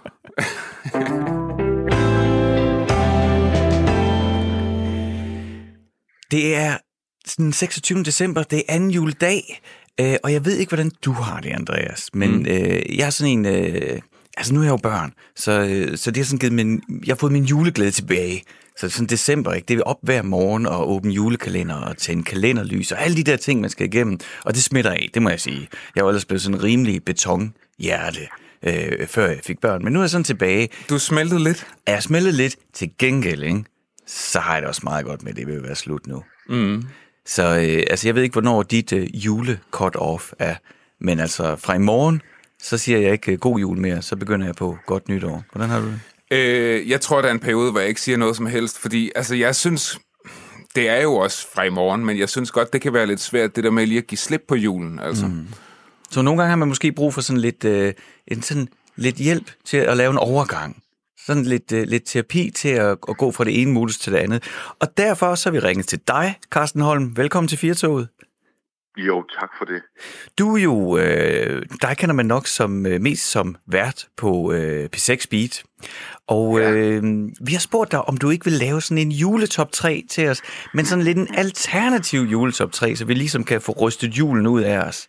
Det er den seksogtyvende december, det er anden juledag. Øh, og jeg ved ikke, hvordan du har det, Andreas, men mm. øh, jeg er sådan en... Øh, altså, nu er jeg jo børn, så, øh, så det er sådan givet min... Jeg har fået min juleglæde tilbage. Så sådan december, ikke? Det er op hver morgen og åbne julekalender og tænde kalenderlys og alle de der ting, man skal igennem. Og det smitter af, det må jeg sige. Jeg var ellers blevet sådan en rimelig betonhjerte, øh, før jeg fik børn. Men nu er jeg sådan tilbage. Du smeltede lidt? Jeg smeltede lidt til gengæld, ikke? Så har jeg det også meget godt med, det vil være slut nu. Mm. Så øh, altså, jeg ved ikke, hvornår dit øh, jule-cut-off er, men altså fra i morgen, så siger jeg ikke øh, god jul mere, så begynder jeg på godt nytår. Hvordan har du det? Øh, jeg tror, der er en periode, hvor jeg ikke siger noget som helst, fordi altså, jeg synes, det er jo også fra i morgen, men jeg synes godt, det kan være lidt svært, det der med lige at give slip på julen. Altså. Mm. Så nogle gange har man måske brug for sådan lidt, øh, en sådan lidt hjælp til at lave en overgang. sådan lidt, øh, lidt terapi til at, at gå fra det ene modus til det andet. Og derfor så har vi ringet til dig, Carsten Holm. Velkommen til Firtoget. Jo, tak for det. Du er jo, øh, dig kender man nok som øh, mest som vært på øh, P seks Beat. Og ja. øh, vi har spurgt dig, om du ikke vil lave sådan en juletop tre til os, men sådan lidt en alternativ juletop tre, så vi ligesom kan få rystet julen ud af os.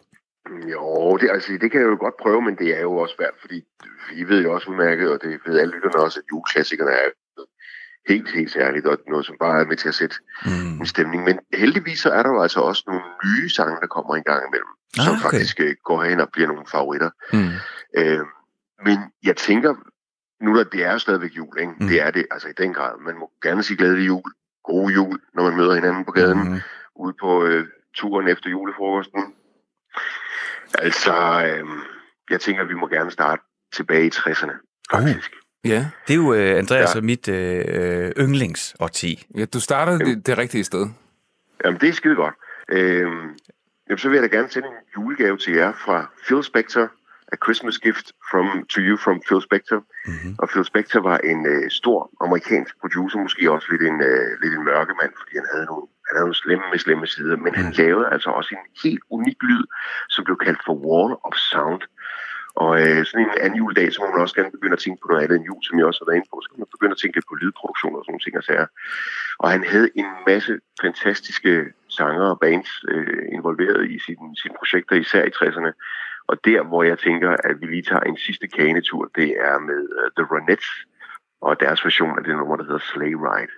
Jo, det, altså, det kan jeg jo godt prøve, men det er jo også svært, fordi I ved jo også udmærket, og det ved alle lytterne også, at juleklassikerne er helt, helt særligt, og noget, som bare er med til at sætte mm. en stemning. Men heldigvis så er der jo altså også nogle nye sange, der kommer en gang imellem, ah, som okay. faktisk uh, går hen og bliver nogle favoritter. Mm. Uh, men jeg tænker, nu der det er jo stadigvæk jul, ikke? Mm. Det er det, altså i den grad. Man må gerne sige glædelig jul, god jul, når man møder hinanden på gaden, mm. ude på uh, turen efter julefrokosten. Altså, uh, jeg tænker, at vi må gerne starte tilbage i tresserne, faktisk. Mm. Ja, det er jo uh, Andreas ja. og mit uh, yndlingsårti. Ja, du starter det, det rigtige sted. Jamen, det er skide godt. Øhm, jamen, så vil jeg da gerne sende en julegave til jer fra Phil Spector, A Christmas Gift from, to You from Phil Spector. Mm-hmm. Og Phil Spector var en uh, stor amerikansk producer, måske også lidt en, uh, lidt en mørkemand, fordi han havde nogle, han havde nogle slemme, slemme sider, men mm. han lavede altså også en helt unik lyd, som blev kaldt for Wall of Sound. Og øh, sådan en anden juledag, så må man også gerne begynde at tænke på noget andet end jul, som jeg også har været inde på. Så kan man begynde at tænke lidt på lydproduktion og sådan nogle ting og sager. Og han havde en masse fantastiske sanger og bands øh, involveret i sine, sine projekter, især i tresserne. Og der, hvor jeg tænker, at vi lige tager en sidste kanetur, det er med uh, The Ronettes og deres version af det nummer, der hedder Sleigh Ride.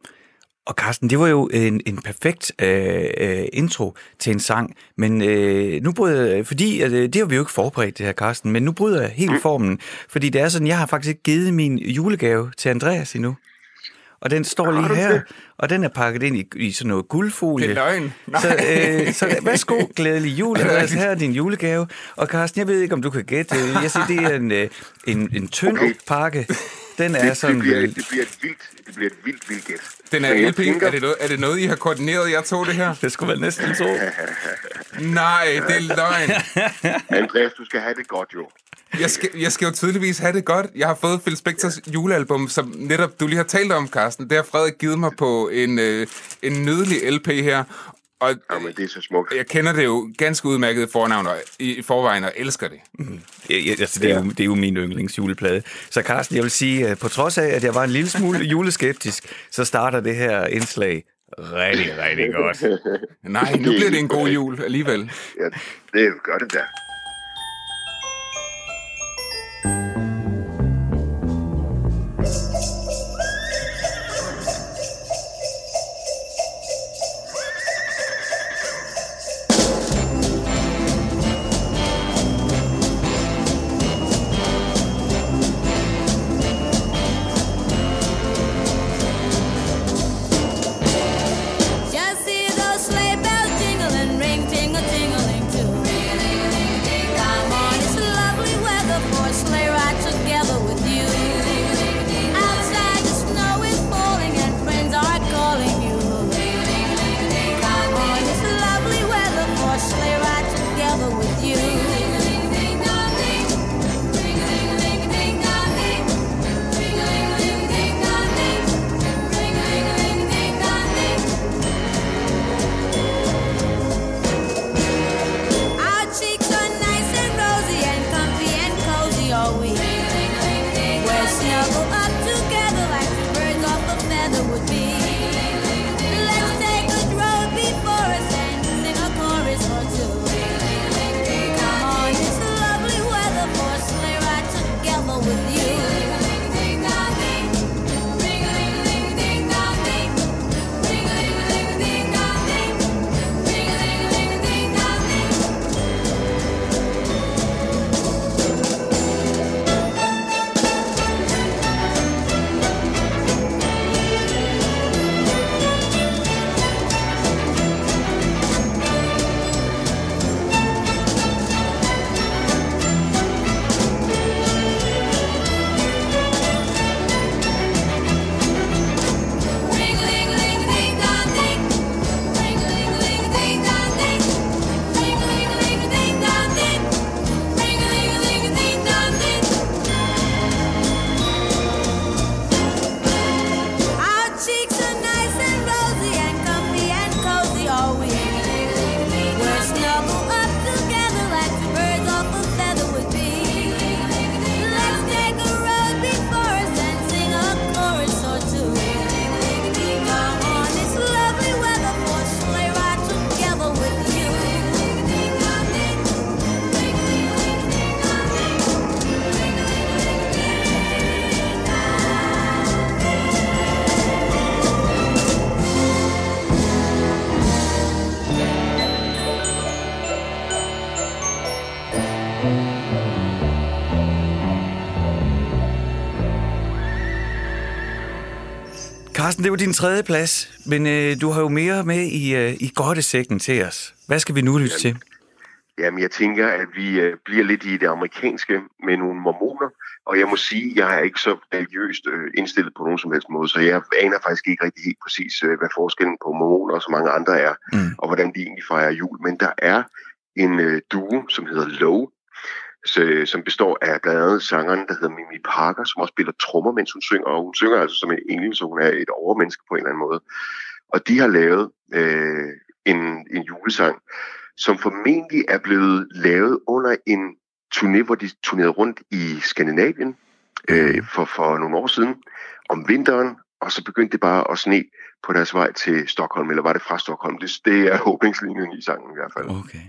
Og Carsten, det var jo en, en perfekt øh, øh, intro til en sang, men øh, nu bryder jeg, fordi øh, det har vi jo ikke forberedt det her, Carsten, men nu bryder jeg helt mm. formen, fordi det er sådan, jeg har faktisk ikke givet min julegave til Andreas endnu. Og den står lige her, og den er pakket ind i, i sådan noget guldfolie. Det er løgn. Så, øh, så værsgo, glædelig jul, Andreas, her er din julegave. Og Carsten, jeg ved ikke, om du kan gætte, jeg siger, det er en, en, en tynd okay. pakke. Den er det, sådan... Det bliver, det bliver et vildt, det bliver et vildt, vildt gæt. Den er L P. Tænker... Er, det noget, er det noget, I har koordineret, jeg tog det her? Det skulle man næsten tro. Nej, det er løgn. Andreas, du skal have det godt, jo. Jeg skal, jeg skal jo tydeligvis have det godt. Jeg har fået Phil Spectors julealbum, som netop du lige har talt om, Carsten. Det har Frederik givet mig på en, øh, en nydelig L P her. Og jamen, det er så smukt. Jeg kender det jo ganske udmærket fornavn i forvejen, og elsker det. Mm. Ja, ja, altså, det, er jo, det er jo min yndlingsjuleplade. Så Carsten, jeg vil sige, at på trods af, at jeg var en lille smule juleskeptisk, så starter det her indslag rigtig, rigtig godt. Nej, nu bliver det en god jul alligevel. Ja, det gør det da. Just see those sleigh bells jingling, ring, tingle, tingling too. Carsten, det var din tredje plads, men øh, du har jo mere med i, øh, i godtesækken til os. Hvad skal vi nu lytte til? Jamen, jeg tænker, at vi øh, bliver lidt i det amerikanske med nogle mormoner, og jeg må sige, at jeg er ikke så religiøst øh, indstillet på nogen som helst måde, så jeg aner faktisk ikke rigtig helt præcis, øh, hvad forskellen på mormoner og så mange andre er, mm. og hvordan de egentlig fejrer jul. Men der er en øh, duo, som hedder Low, så, som består af blandt andet sangeren, der hedder Mimi Parker, som også spiller trommer, mens hun synger, og hun synger altså som en engel, så hun er et overmenneske på en eller anden måde. Og de har lavet øh, en, en julesang, som formentlig er blevet lavet under en turné, hvor de turnerede rundt i Skandinavien øh, for, for nogle år siden, om vinteren, og så begyndte det bare at sne på deres vej til Stockholm, eller var det fra Stockholm? Det, det er åbningslinjen i sangen i hvert fald. Okay.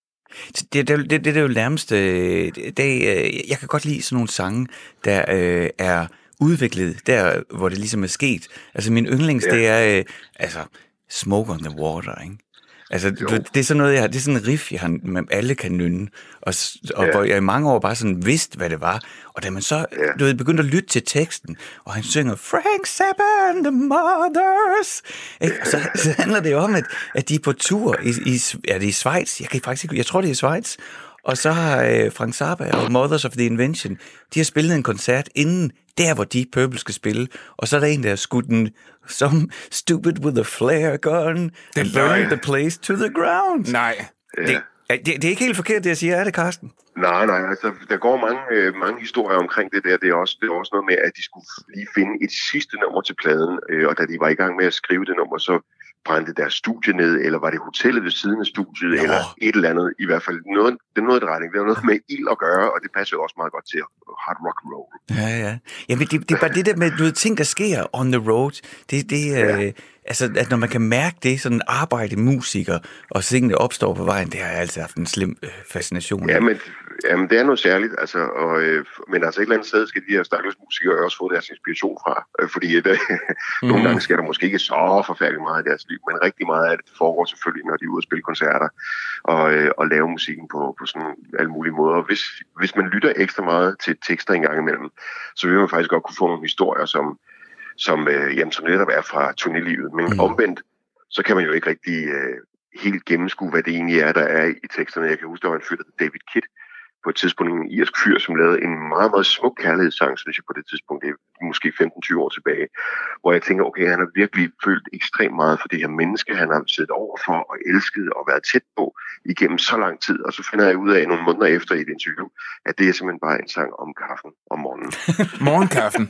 Det, det, det, det er jo nærmest... Det, det, jeg kan godt lide sådan nogle sange, der øh, er udviklet, der hvor det ligesom er sket. Altså min yndlings, ja. det er øh, altså Smoke on the Water, ikke? Altså, du, det er sådan noget, jeg har, det er sådan en riff, jeg har, man alle kan nynne, og, og ja. hvor jeg i mange år bare sådan vidste, hvad det var, og da man så, ja. du ved, begyndte at lytte til teksten, og han synger, Frank Zappa and the Mothers, ikke? Og så, så handler det om, at, at de er på tur i, i, er det i Schweiz? Jeg kan faktisk ikke, jeg tror det er i Schweiz, og så har øh, Frank Zappa og Mothers of the Invention, de har spillet en koncert inden, der hvor Deep Purple skal spille, og så er der en, der har skudt den som stupid with a flare gun and burning the place to the ground. Nej. Det, det, det er ikke helt forkert, det jeg siger, er det, Carsten? Nej, nej, altså, der går mange, øh, mange historier omkring det der. Det er, også, det er også noget med, at de skulle lige finde et sidste nummer til pladen, øh, og da de var i gang med at skrive det nummer, så brændte deres studie ned, eller var det hotellet ved siden af studiet, Nå. eller et eller andet. I hvert fald noget, det er noget retning. Det er noget med ild at gøre, og det passer jo også meget godt til hard rock and roll. Ja, ja. Jamen, det, det er bare det der med, du ved, ting, der sker on the road. Det, det ja. øh, altså, at når man kan mærke det, sådan arbejde musiker, og tingene opstår på vejen, det har jeg altid haft en slim øh, fascination. Ja, men, jamen, det er noget særligt, altså, og, øh, men altså et eller andet sted skal de her stakkels musikere også få deres inspiration fra, øh, fordi øh, mm. nogle gange sker der måske ikke så forfærdeligt meget i deres liv, men rigtig meget af det foregår selvfølgelig, når de er ude og spille koncerter og, øh, og lave musikken på, på sådan alle mulige måder. Hvis, hvis man lytter ekstra meget til tekster en gang imellem, så vil man faktisk godt kunne få nogle historier, som, som, øh, jamen, som netop er fra turnélivet. Men mm. omvendt, så kan man jo ikke rigtig øh, helt gennemskue, hvad det egentlig er, der er i teksterne. Jeg kan huske, der var en fyr, der hed David Kidd, på et tidspunkt en irsk fyr, som lavede en meget, meget smuk kærlighedssang, synes jeg på det tidspunkt, det er måske femten til tyve år tilbage, hvor jeg tænker, okay, han har virkelig følt ekstremt meget for det her menneske, han har siddet over for og elsket og været tæt på igennem så lang tid, og så finder jeg ud af nogle måneder efter i et interview, at det er simpelthen bare en sang om kaffen om morgenen. Morgenkaffen?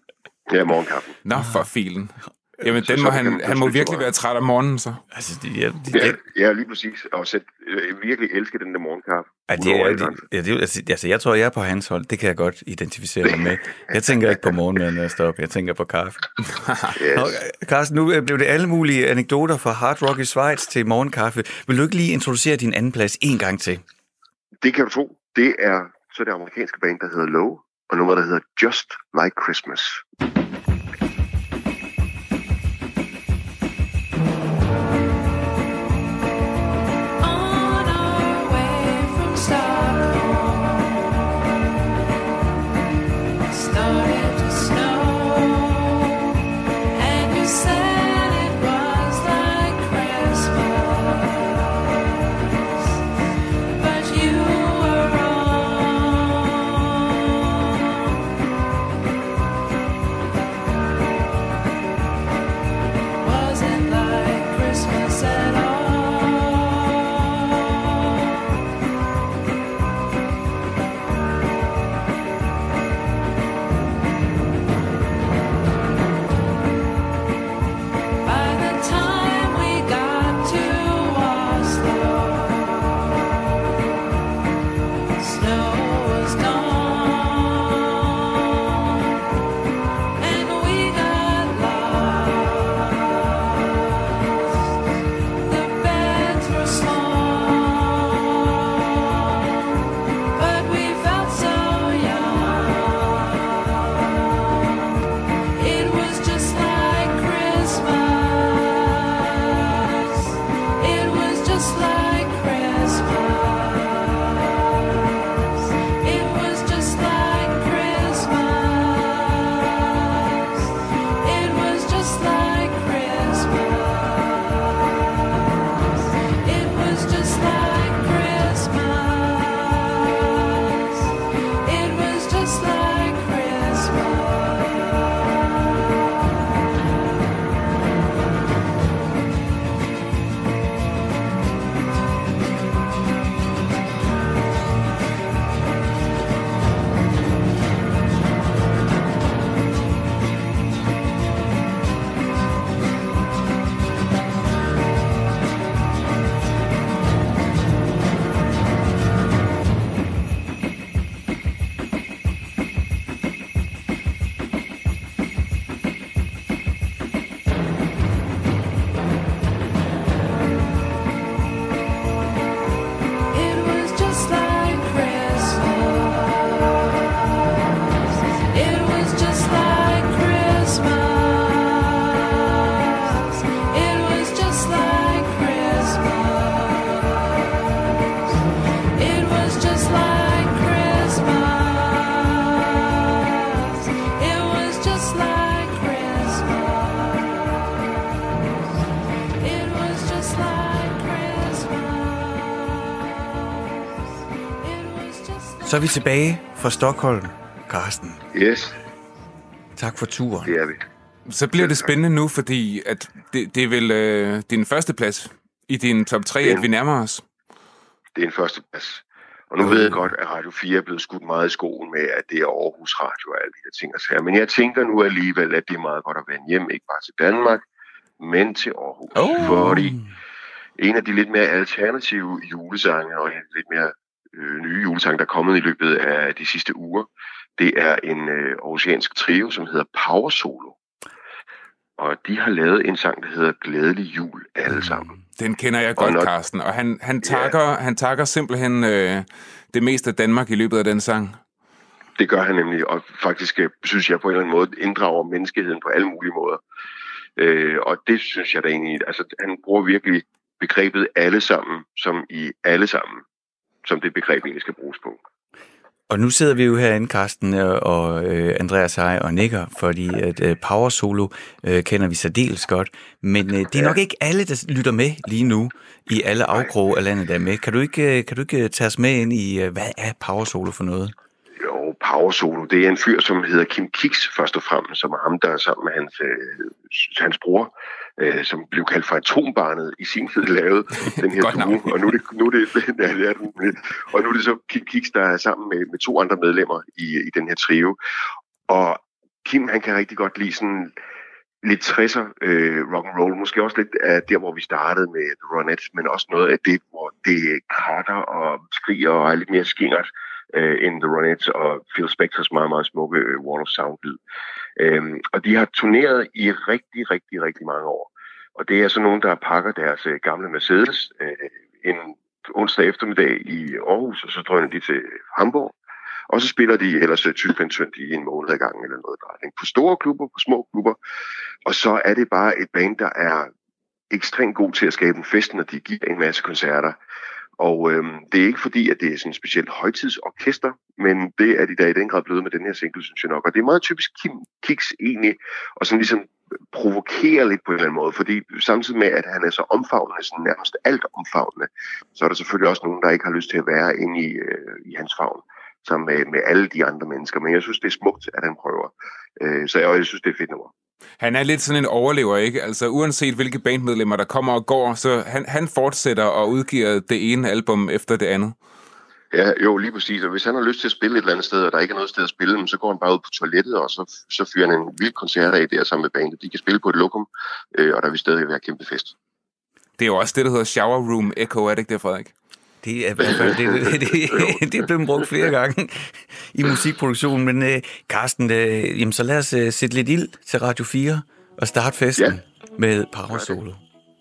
Ja, morgenkaffen. Nå, for filen. Jamen, den må han, han må virkelig være træt om morgenen, så. Altså, det, ja, det, ja, ja, lige præcis. Og så øh, virkelig elsker den der morgenkaffe. Ja, det, er, det, ja, det, altså, altså, jeg tror, jeg er på hans hold. Det kan jeg godt identificere mig med. Jeg tænker ikke på morgenmaden, når jeg står op. Jeg tænker på kaffe. Yes. Og, Carsten, nu blev det alle mulige anekdoter fra Hard Rock i Schweiz til morgenkaffe. Vil du ikke lige introducere din anden plads en gang til? Det kan du tro. Det er så det amerikanske band, der hedder Low, og nummer, der hedder Just Like Christmas. Så er vi tilbage fra Stockholm, Carsten. Yes. Tak for turen. Det er vi. Så bliver det spændende nu, fordi at det, det er vel øh, din første plads i din top tre, at vi nærmer os. Det er en første plads. Og nu ved jeg godt, at Radio fire er blevet skudt meget i skoen med, at det er Aarhus Radio og alle de her ting og sager. Men jeg tænker nu alligevel, at det er meget godt at vende hjem, ikke bare til Danmark, men til Aarhus. Oh. Fordi en af de lidt mere alternative julesange, og en lidt mere øh, nye julesange, der er kommet i løbet af de sidste uger, det er en øh, aarhusiansk trio, som hedder Power Solo. Og de har lavet en sang, der hedder Glædelig Jul alle sammen. Den kender jeg godt, når... Carsten. Og han, han, takker, ja. han takker simpelthen øh, det meste af Danmark i løbet af den sang. Det gør han nemlig, og faktisk synes jeg på en eller anden måde inddrager menneskeheden på alle mulige måder. Øh, og det synes jeg da egentlig, altså han bruger virkelig begrebet alle sammen, som i alle sammen, som det begreb egentlig skal bruges på. Og nu sidder vi jo herinde, Carsten og øh, Andreas og jeg og nikker, fordi at øh, Power Solo øh, kender vi særdeles godt. Men øh, det er nok ikke alle, der lytter med lige nu i alle afkroge af landet, der er med. Kan du ikke, øh, kan du ikke tage os med ind i, øh, hvad er Power Solo for noget? Jo, Power Solo, det er en fyr, som hedder Kim Kiks først og fremmest, som er ham, der er sammen med hans, øh, hans bror, øh, som blev kaldt for Atombarnet i sin tid lavet den her duo. Og nu er det, nu er det, ja, det er den, og nu er det så Kim Kiks, der er sammen med, med to andre medlemmer i, i den her trio. Og Kim, han kan rigtig godt lide sådan lidt tresser øh, rock'n'roll, måske også lidt af der, hvor vi startede med The Ronettes, men også noget af det, hvor det kratter og skriger og er lidt mere skingert uh, end The Ronettes og Phil Spectors meget, meget smukke uh, Wall of Sound-lyd. Um, og de har turneret i rigtig, rigtig, rigtig mange år. Og det er så nogen, der pakker deres uh, gamle Mercedes uh, en onsdag eftermiddag i Aarhus, og så drøner de til Hamburg. Og så spiller de ellers tyve tyndt i en måned ad gangen eller noget drejning. På store klubber, på små klubber. Og så er det bare et band, der er ekstremt god til at skabe en fest, når de giver en masse koncerter. Og øhm, det er ikke fordi, at det er sådan et specielt højtidsorkester, men det er de der i den grad blevet med den her single, synes jeg nok. Og det er meget typisk Kim Kiks egentlig, og sådan ligesom provokere lidt på en eller anden måde, fordi samtidig med, at han er så omfavnende, sådan nærmest alt omfavnende, så er der selvfølgelig også nogen, der ikke har lyst til at være inde i, øh, i hans favn, sammen med, med alle de andre mennesker. Men jeg synes, det er smukt, at han prøver. Øh, så jeg, jeg synes, det er fedt nummer. Han er lidt sådan en overlever, ikke? Altså uanset hvilke bandmedlemmer, der kommer og går, så han, han fortsætter og udgiver det ene album efter det andet. Ja, jo, lige præcis. Og hvis han har lyst til at spille et eller andet sted, og der ikke er noget sted at spille, så går han bare ud på toilettet, og så, så fyrer han en vild koncert af der sammen med bandet. De kan spille på et lokum, øh, og der vil stadig være kæmpe fest. Det er jo også det, der hedder Shower Room Echo, er det ikke det, Frederik? Det er i hvert fald, det, det, det, det er blevet brugt flere gange i musikproduktionen. Men uh, Carsten, uh, jamen, så lad os uh, sætte lidt ild til Radio fire og starte festen ja. med Power Solo.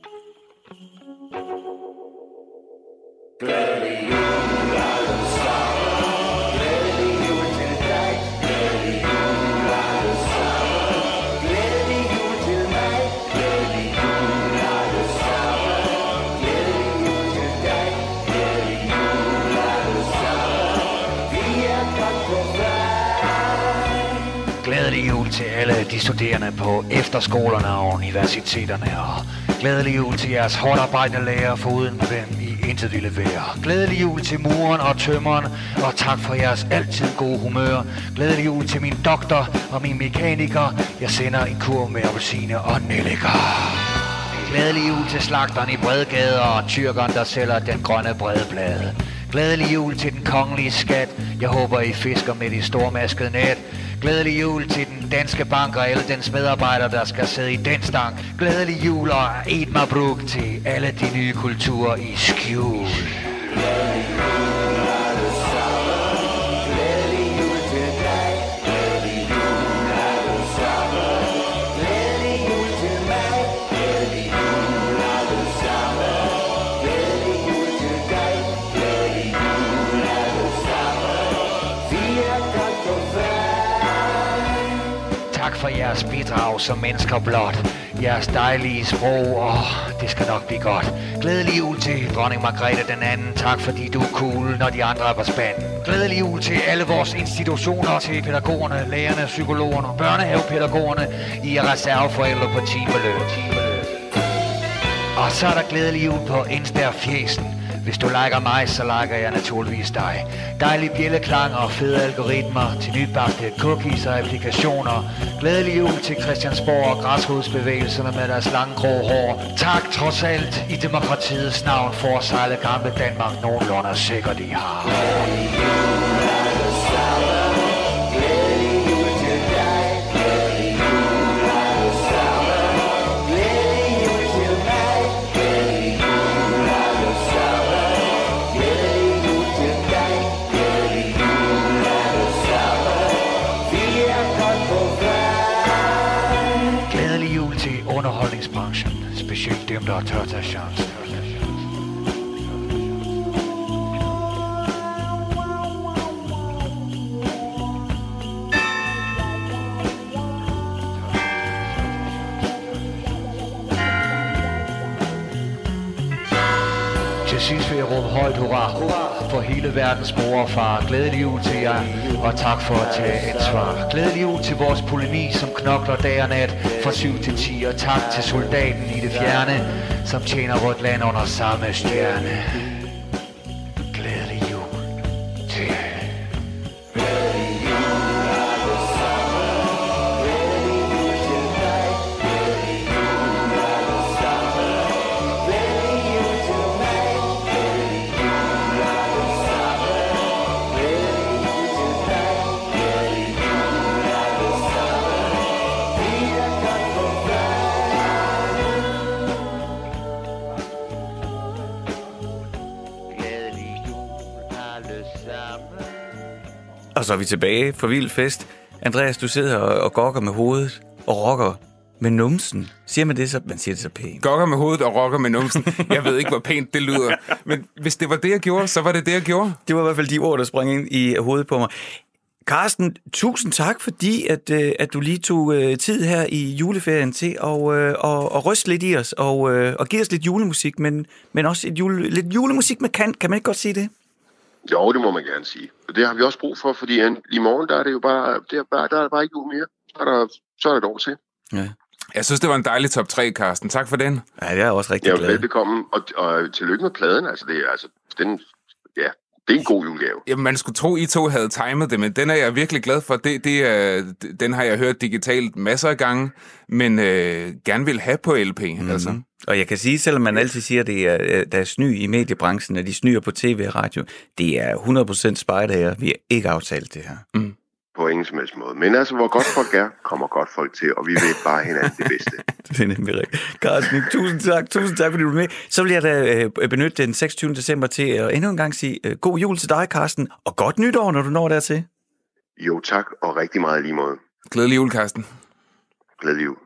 Glædelig jul til alle de studerende på efterskolerne og universiteterne, og glædelig jul til jeres hårdt arbejdende lærere, foruden hvem I intet ville være. Glædelig jul til muren og tømmeren, og tak for jeres altid gode humør. Glædelig jul til min doktor og min mekaniker. Jeg sender en kur med appelsine og nelliker. Glædelig jul til slagteren i Bredgade og tyrkeren, der sælger den grønne bredblade. Glædelig jul til den kongelige skat. Jeg håber, I fisker med de stormaskede net. Glædelig jul til den danske bank og alle dens medarbejdere, der skal sidde i den stang. Glædelig jul og Eid Mabruk til alle de nye kulturer i skjul. Tak for jeres bidrag som mennesker blot. Jeres dejlige sprog, og det skal nok blive godt. Glædelig jul til dronning Margrethe den anden. Tak fordi du er cool, når de andre er på spanden. Glædelig jul til alle vores institutioner, til pædagogerne, lærerne, psykologerne, børnehavepædagogerne. I er reserveforældre på timeløn. Og så er der glædelig jul på Insta Fjesen. Hvis du liker mig, så liker jeg naturligvis dig. Dejlige bjælleklang og fede algoritmer til nybagte cookies og applikationer. Glædelig jul til Christiansborg og græsrodsbevægelserne med deres lange grå hår. Tak trods alt i demokratiets navn for at sejle gamle Danmark nogenlunde sikkert i har. Underholdningsbranchen, specielt dem, der tør tage chance. Til sidst vil jeg råbe højt hurra for hele verdens mor og far. Glædelig jul til jer, og tak for at tage ansvar. Glædelig jul til vores politi, som knokler dag og nat fra syv til ti. Og tak til soldaten i det fjerne, som tjener vort land under samme stjerne. Glædelig jul til jer. Og så er vi tilbage for vild fest. Andreas, du sidder og, og gokker med hovedet og rocker med numsen. Siger man det så? Man siger det så pænt. Gokker med hovedet og rocker med numsen. Jeg ved ikke, hvor pænt det lyder. Men hvis det var det, jeg gjorde, så var det det, jeg gjorde. Det var i hvert fald de ord, der sprang ind i hovedet på mig. Carsten, tusind tak, fordi at, at du lige tog tid her i juleferien til at, at, at ryste lidt i os og, og give os lidt julemusik, men, men også et jule, lidt julemusik med kant. Kan man ikke godt sige det? Jo, det må man gerne sige. Det har vi også brug for, fordi i morgen, der er det jo bare, det er bare, der er bare ikke jul mere. Så er der, så er der et år til. Ja. Jeg synes, det var en dejlig top tre, Carsten. Tak for den. Ja, jeg er også rigtig ja, glad. Velbekomme, og, og tillykke med pladen. Altså, det er, altså, den, ja, det er en god julegave. Jamen, man skulle tro, I to havde timet det, men den er jeg virkelig glad for. Det, det er, den har jeg hørt digitalt masser af gange, men øh, gerne vil have på L P. Mm-hmm. Altså. Og jeg kan sige, selvom man altid siger, at det er, der er sny i mediebranchen, at de snyer på tv og radio, det er hundrede procent spejder her. Vi har ikke aftalt det her. Mm. På ingen som helst måde. Men altså, hvor godt folk er, kommer godt folk til, og vi ved bare hinanden det bedste. Det er nemlig rigtigt. Carsten, tusind tak, tusind tak, fordi du er med. Så vil jeg da benytte den seksogtyvende december til at endnu en gang sige god jul til dig, Carsten, og godt nytår, når du når dertil. Jo, tak, og rigtig meget lige måde. Glædelig jul, Carsten. Glædelig jul.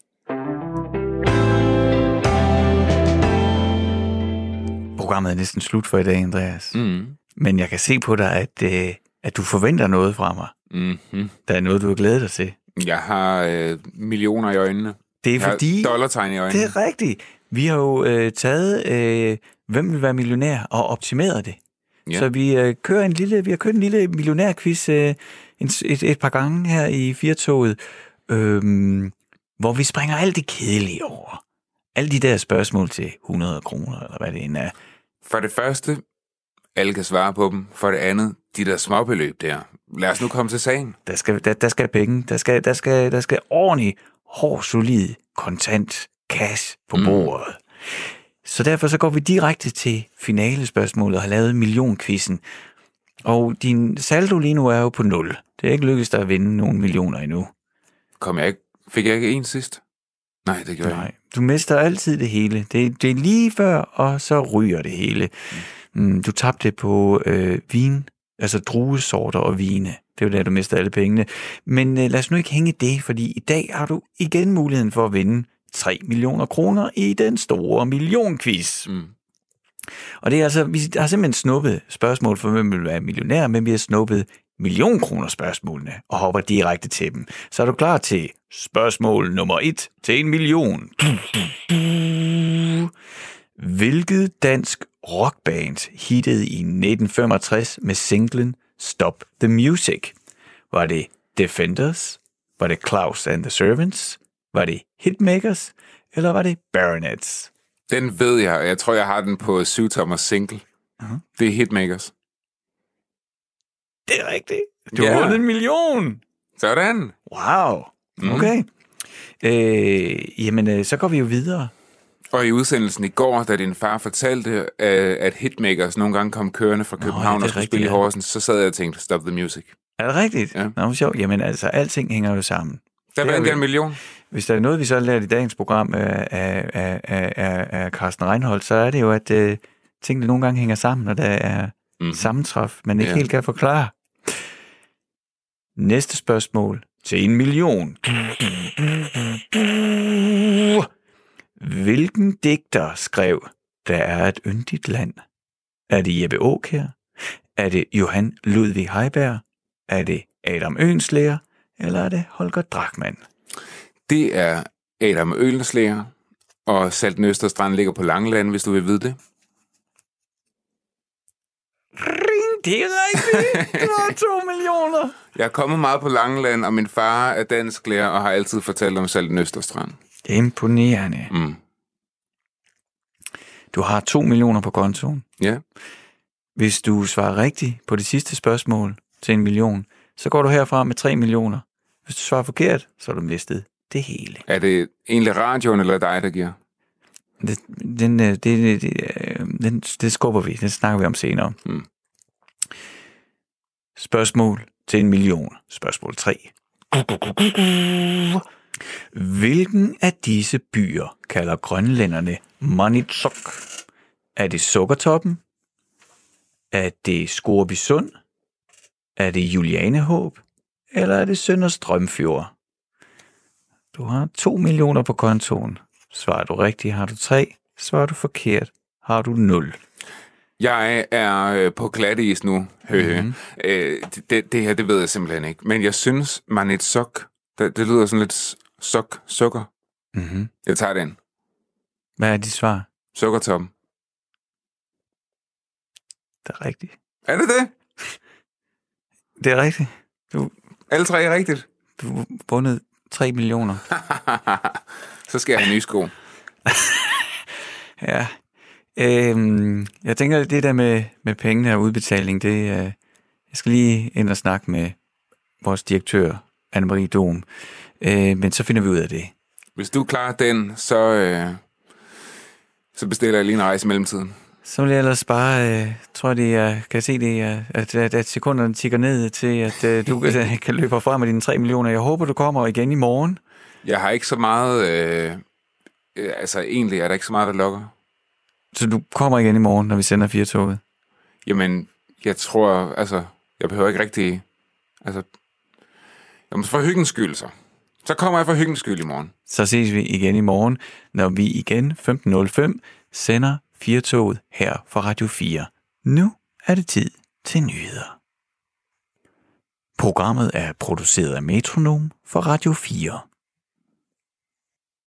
Programmet er næsten slut for i dag, Andreas. Mm. Men jeg kan se på dig, at, øh, at du forventer noget fra mig. Mm-hmm. Der er noget, du har glædet dig til. Jeg har øh, millioner i øjnene. Det er jeg fordi... har dollartegn i øjnene. Det er rigtigt. Vi har jo øh, taget, øh, hvem vil være millionær, og optimeret det. Ja. Så vi øh, kører en lille, vi har kørt en lille millionærquiz øh, en, et, et par gange her i Firtoget, øh, hvor vi springer alt det kedelige over. Alle de der spørgsmål til hundrede kroner, eller hvad det end er. For det første, alle kan svare på dem. For det andet, de der småbeløb der. Lad os nu komme til sagen. Der skal, der, der skal penge. Der skal, der skal, der skal ordentlig, hård, solid, kontant cash på bordet. Mm. Så derfor så går vi direkte til finalespørgsmålet og har lavet millionquizzen. Og din saldo lige nu er jo på nul. Det er ikke lykkedes dig at vinde nogle millioner endnu. Kom jeg ikke? Fik jeg ikke en sidst? Nej, det gjorde Nej, jeg ikke. du mister altid det hele. Det, det er lige før, og så ryger det hele. Mm, du tabte på øh, vin, altså druesorter og vine. Det er jo der, du mister alle pengene. Men øh, lad os nu ikke hænge det, fordi i dag har du igen muligheden for at vinde tre millioner kroner i den store millionquiz. Mm. Og det er altså, vi har simpelthen snuppet spørgsmål for, hvem vil være millionær, men vi har snuppet millionkroner spørgsmålene og hopper direkte til dem. Så er du klar til spørgsmål nummer et til en million. Hvilket dansk rockband hittede i nitten femogtres med singlen Stop the Music? Var det Defenders? Var det Klaus and the Servants? Var det Hitmakers? Eller var det Baronets? Den ved jeg, og jeg tror, jeg har den på syv-tommer single. Uh-huh. Det er Hitmakers. Det er rigtigt. Du Ja. har vundet en million. Sådan. Wow. Okay. Mm. Øh, jamen, øh, så går vi jo videre. Og i udsendelsen i går, da din far fortalte, øh, at Hitmakers nogle gange kom kørende fra København ja, og det er skulle rigtigt, spille i ja. Horsens, så sad jeg og tænkte, stop the music. Er det rigtigt? Ja. Nå, sjovt. Jamen, altså, alting hænger jo sammen. Der Det er vandt jo- jeg en million. Hvis der er noget, vi så har lært i dagens program af, af, af, af, af, af Carsten Reinholdt, så er det jo, at øh, tingene nogle gange hænger sammen, og der er Mhm. sammentræf, man ikke Ja. helt kan forklare. Næste spørgsmål til en million. Hvilken digter skrev, der er et yndigt land? Er det Jeppe Aakjær? Er det Johan Ludvig Heiberg? Er det Adam Oehlenschläger? Eller er det Holger Drachmann? Det er Adam Oehlenschläger, og Saltnøsterstrand ligger på Langeland, hvis du vil vide det. Ring, det er rigtigt. Du har to millioner. Jeg er kommet meget på Langeland, og min far er dansklærer og har altid fortalt om Saltnøsterstrand. Imponerende. Mm. Du har to millioner på kontoen. Ja. Hvis du svarer rigtigt på det sidste spørgsmål til en million, så går du herfra med tre millioner. Hvis du svarer forkert, så har du mistet det hele. Er det egentlig radioen eller dig, der giver? Det, den, øh, det, det, det, øh, den, det skubber vi. Det snakker vi om senere. Mm. Spørgsmål til en million. Spørgsmål tre. Hvilken af disse byer kalder grønlænderne Maniitsoq? Er det Sukkertoppen? Er det Scoresbysund? Er det Julianehåb? Eller er det Sønder Strømfjord? Du har to millioner på kontoen. Svarer du rigtigt, har du tre. Svarer du forkert, har du nul. Jeg er øh, på glatis nu. Mm-hmm. øh, det, det her, det ved jeg simpelthen ikke. Men jeg synes, Maniitsoq, det, det lyder sådan lidt sok, sukker. Mm-hmm. Jeg tager den. Hvad er dit svar? Sukkertoppen. Det er rigtigt. Er det det? Det er rigtigt. Du Alle tre er rigtigt. du har vundet tre millioner. Så skal jeg have nye sko. Ja. Øhm, jeg tænker, det der med, med pengene og udbetaling, det, øh, jeg skal lige ind og snakke med vores direktør, Anne-Marie Dom. Øh, men så finder vi ud af det. Hvis du klarer den, så, øh, så bestiller jeg lige en rejse i mellemtiden. Så vil jeg ellers bare, øh, tror jeg, det er, kan jeg se det, er, at, at, at sekunderne tikker ned til, at øh, du kan, kan løbe fra med dine tre millioner. Jeg håber, du kommer igen i morgen. Jeg har ikke så meget... Øh, øh, altså, egentlig er der ikke så meget, der lokker. Så du kommer igen i morgen, når vi sender fire-toget. Jamen, jeg tror... Altså, jeg behøver ikke rigtig... Altså, jamen, for hyggens skyld, så. Så kommer jeg for hyggens skyld i morgen. Så ses vi igen i morgen, når vi igen femten nul fem sender fire-toget her fra Radio fire. Nu er det tid til nyheder. Programmet er produceret af Metronom for Radio fire.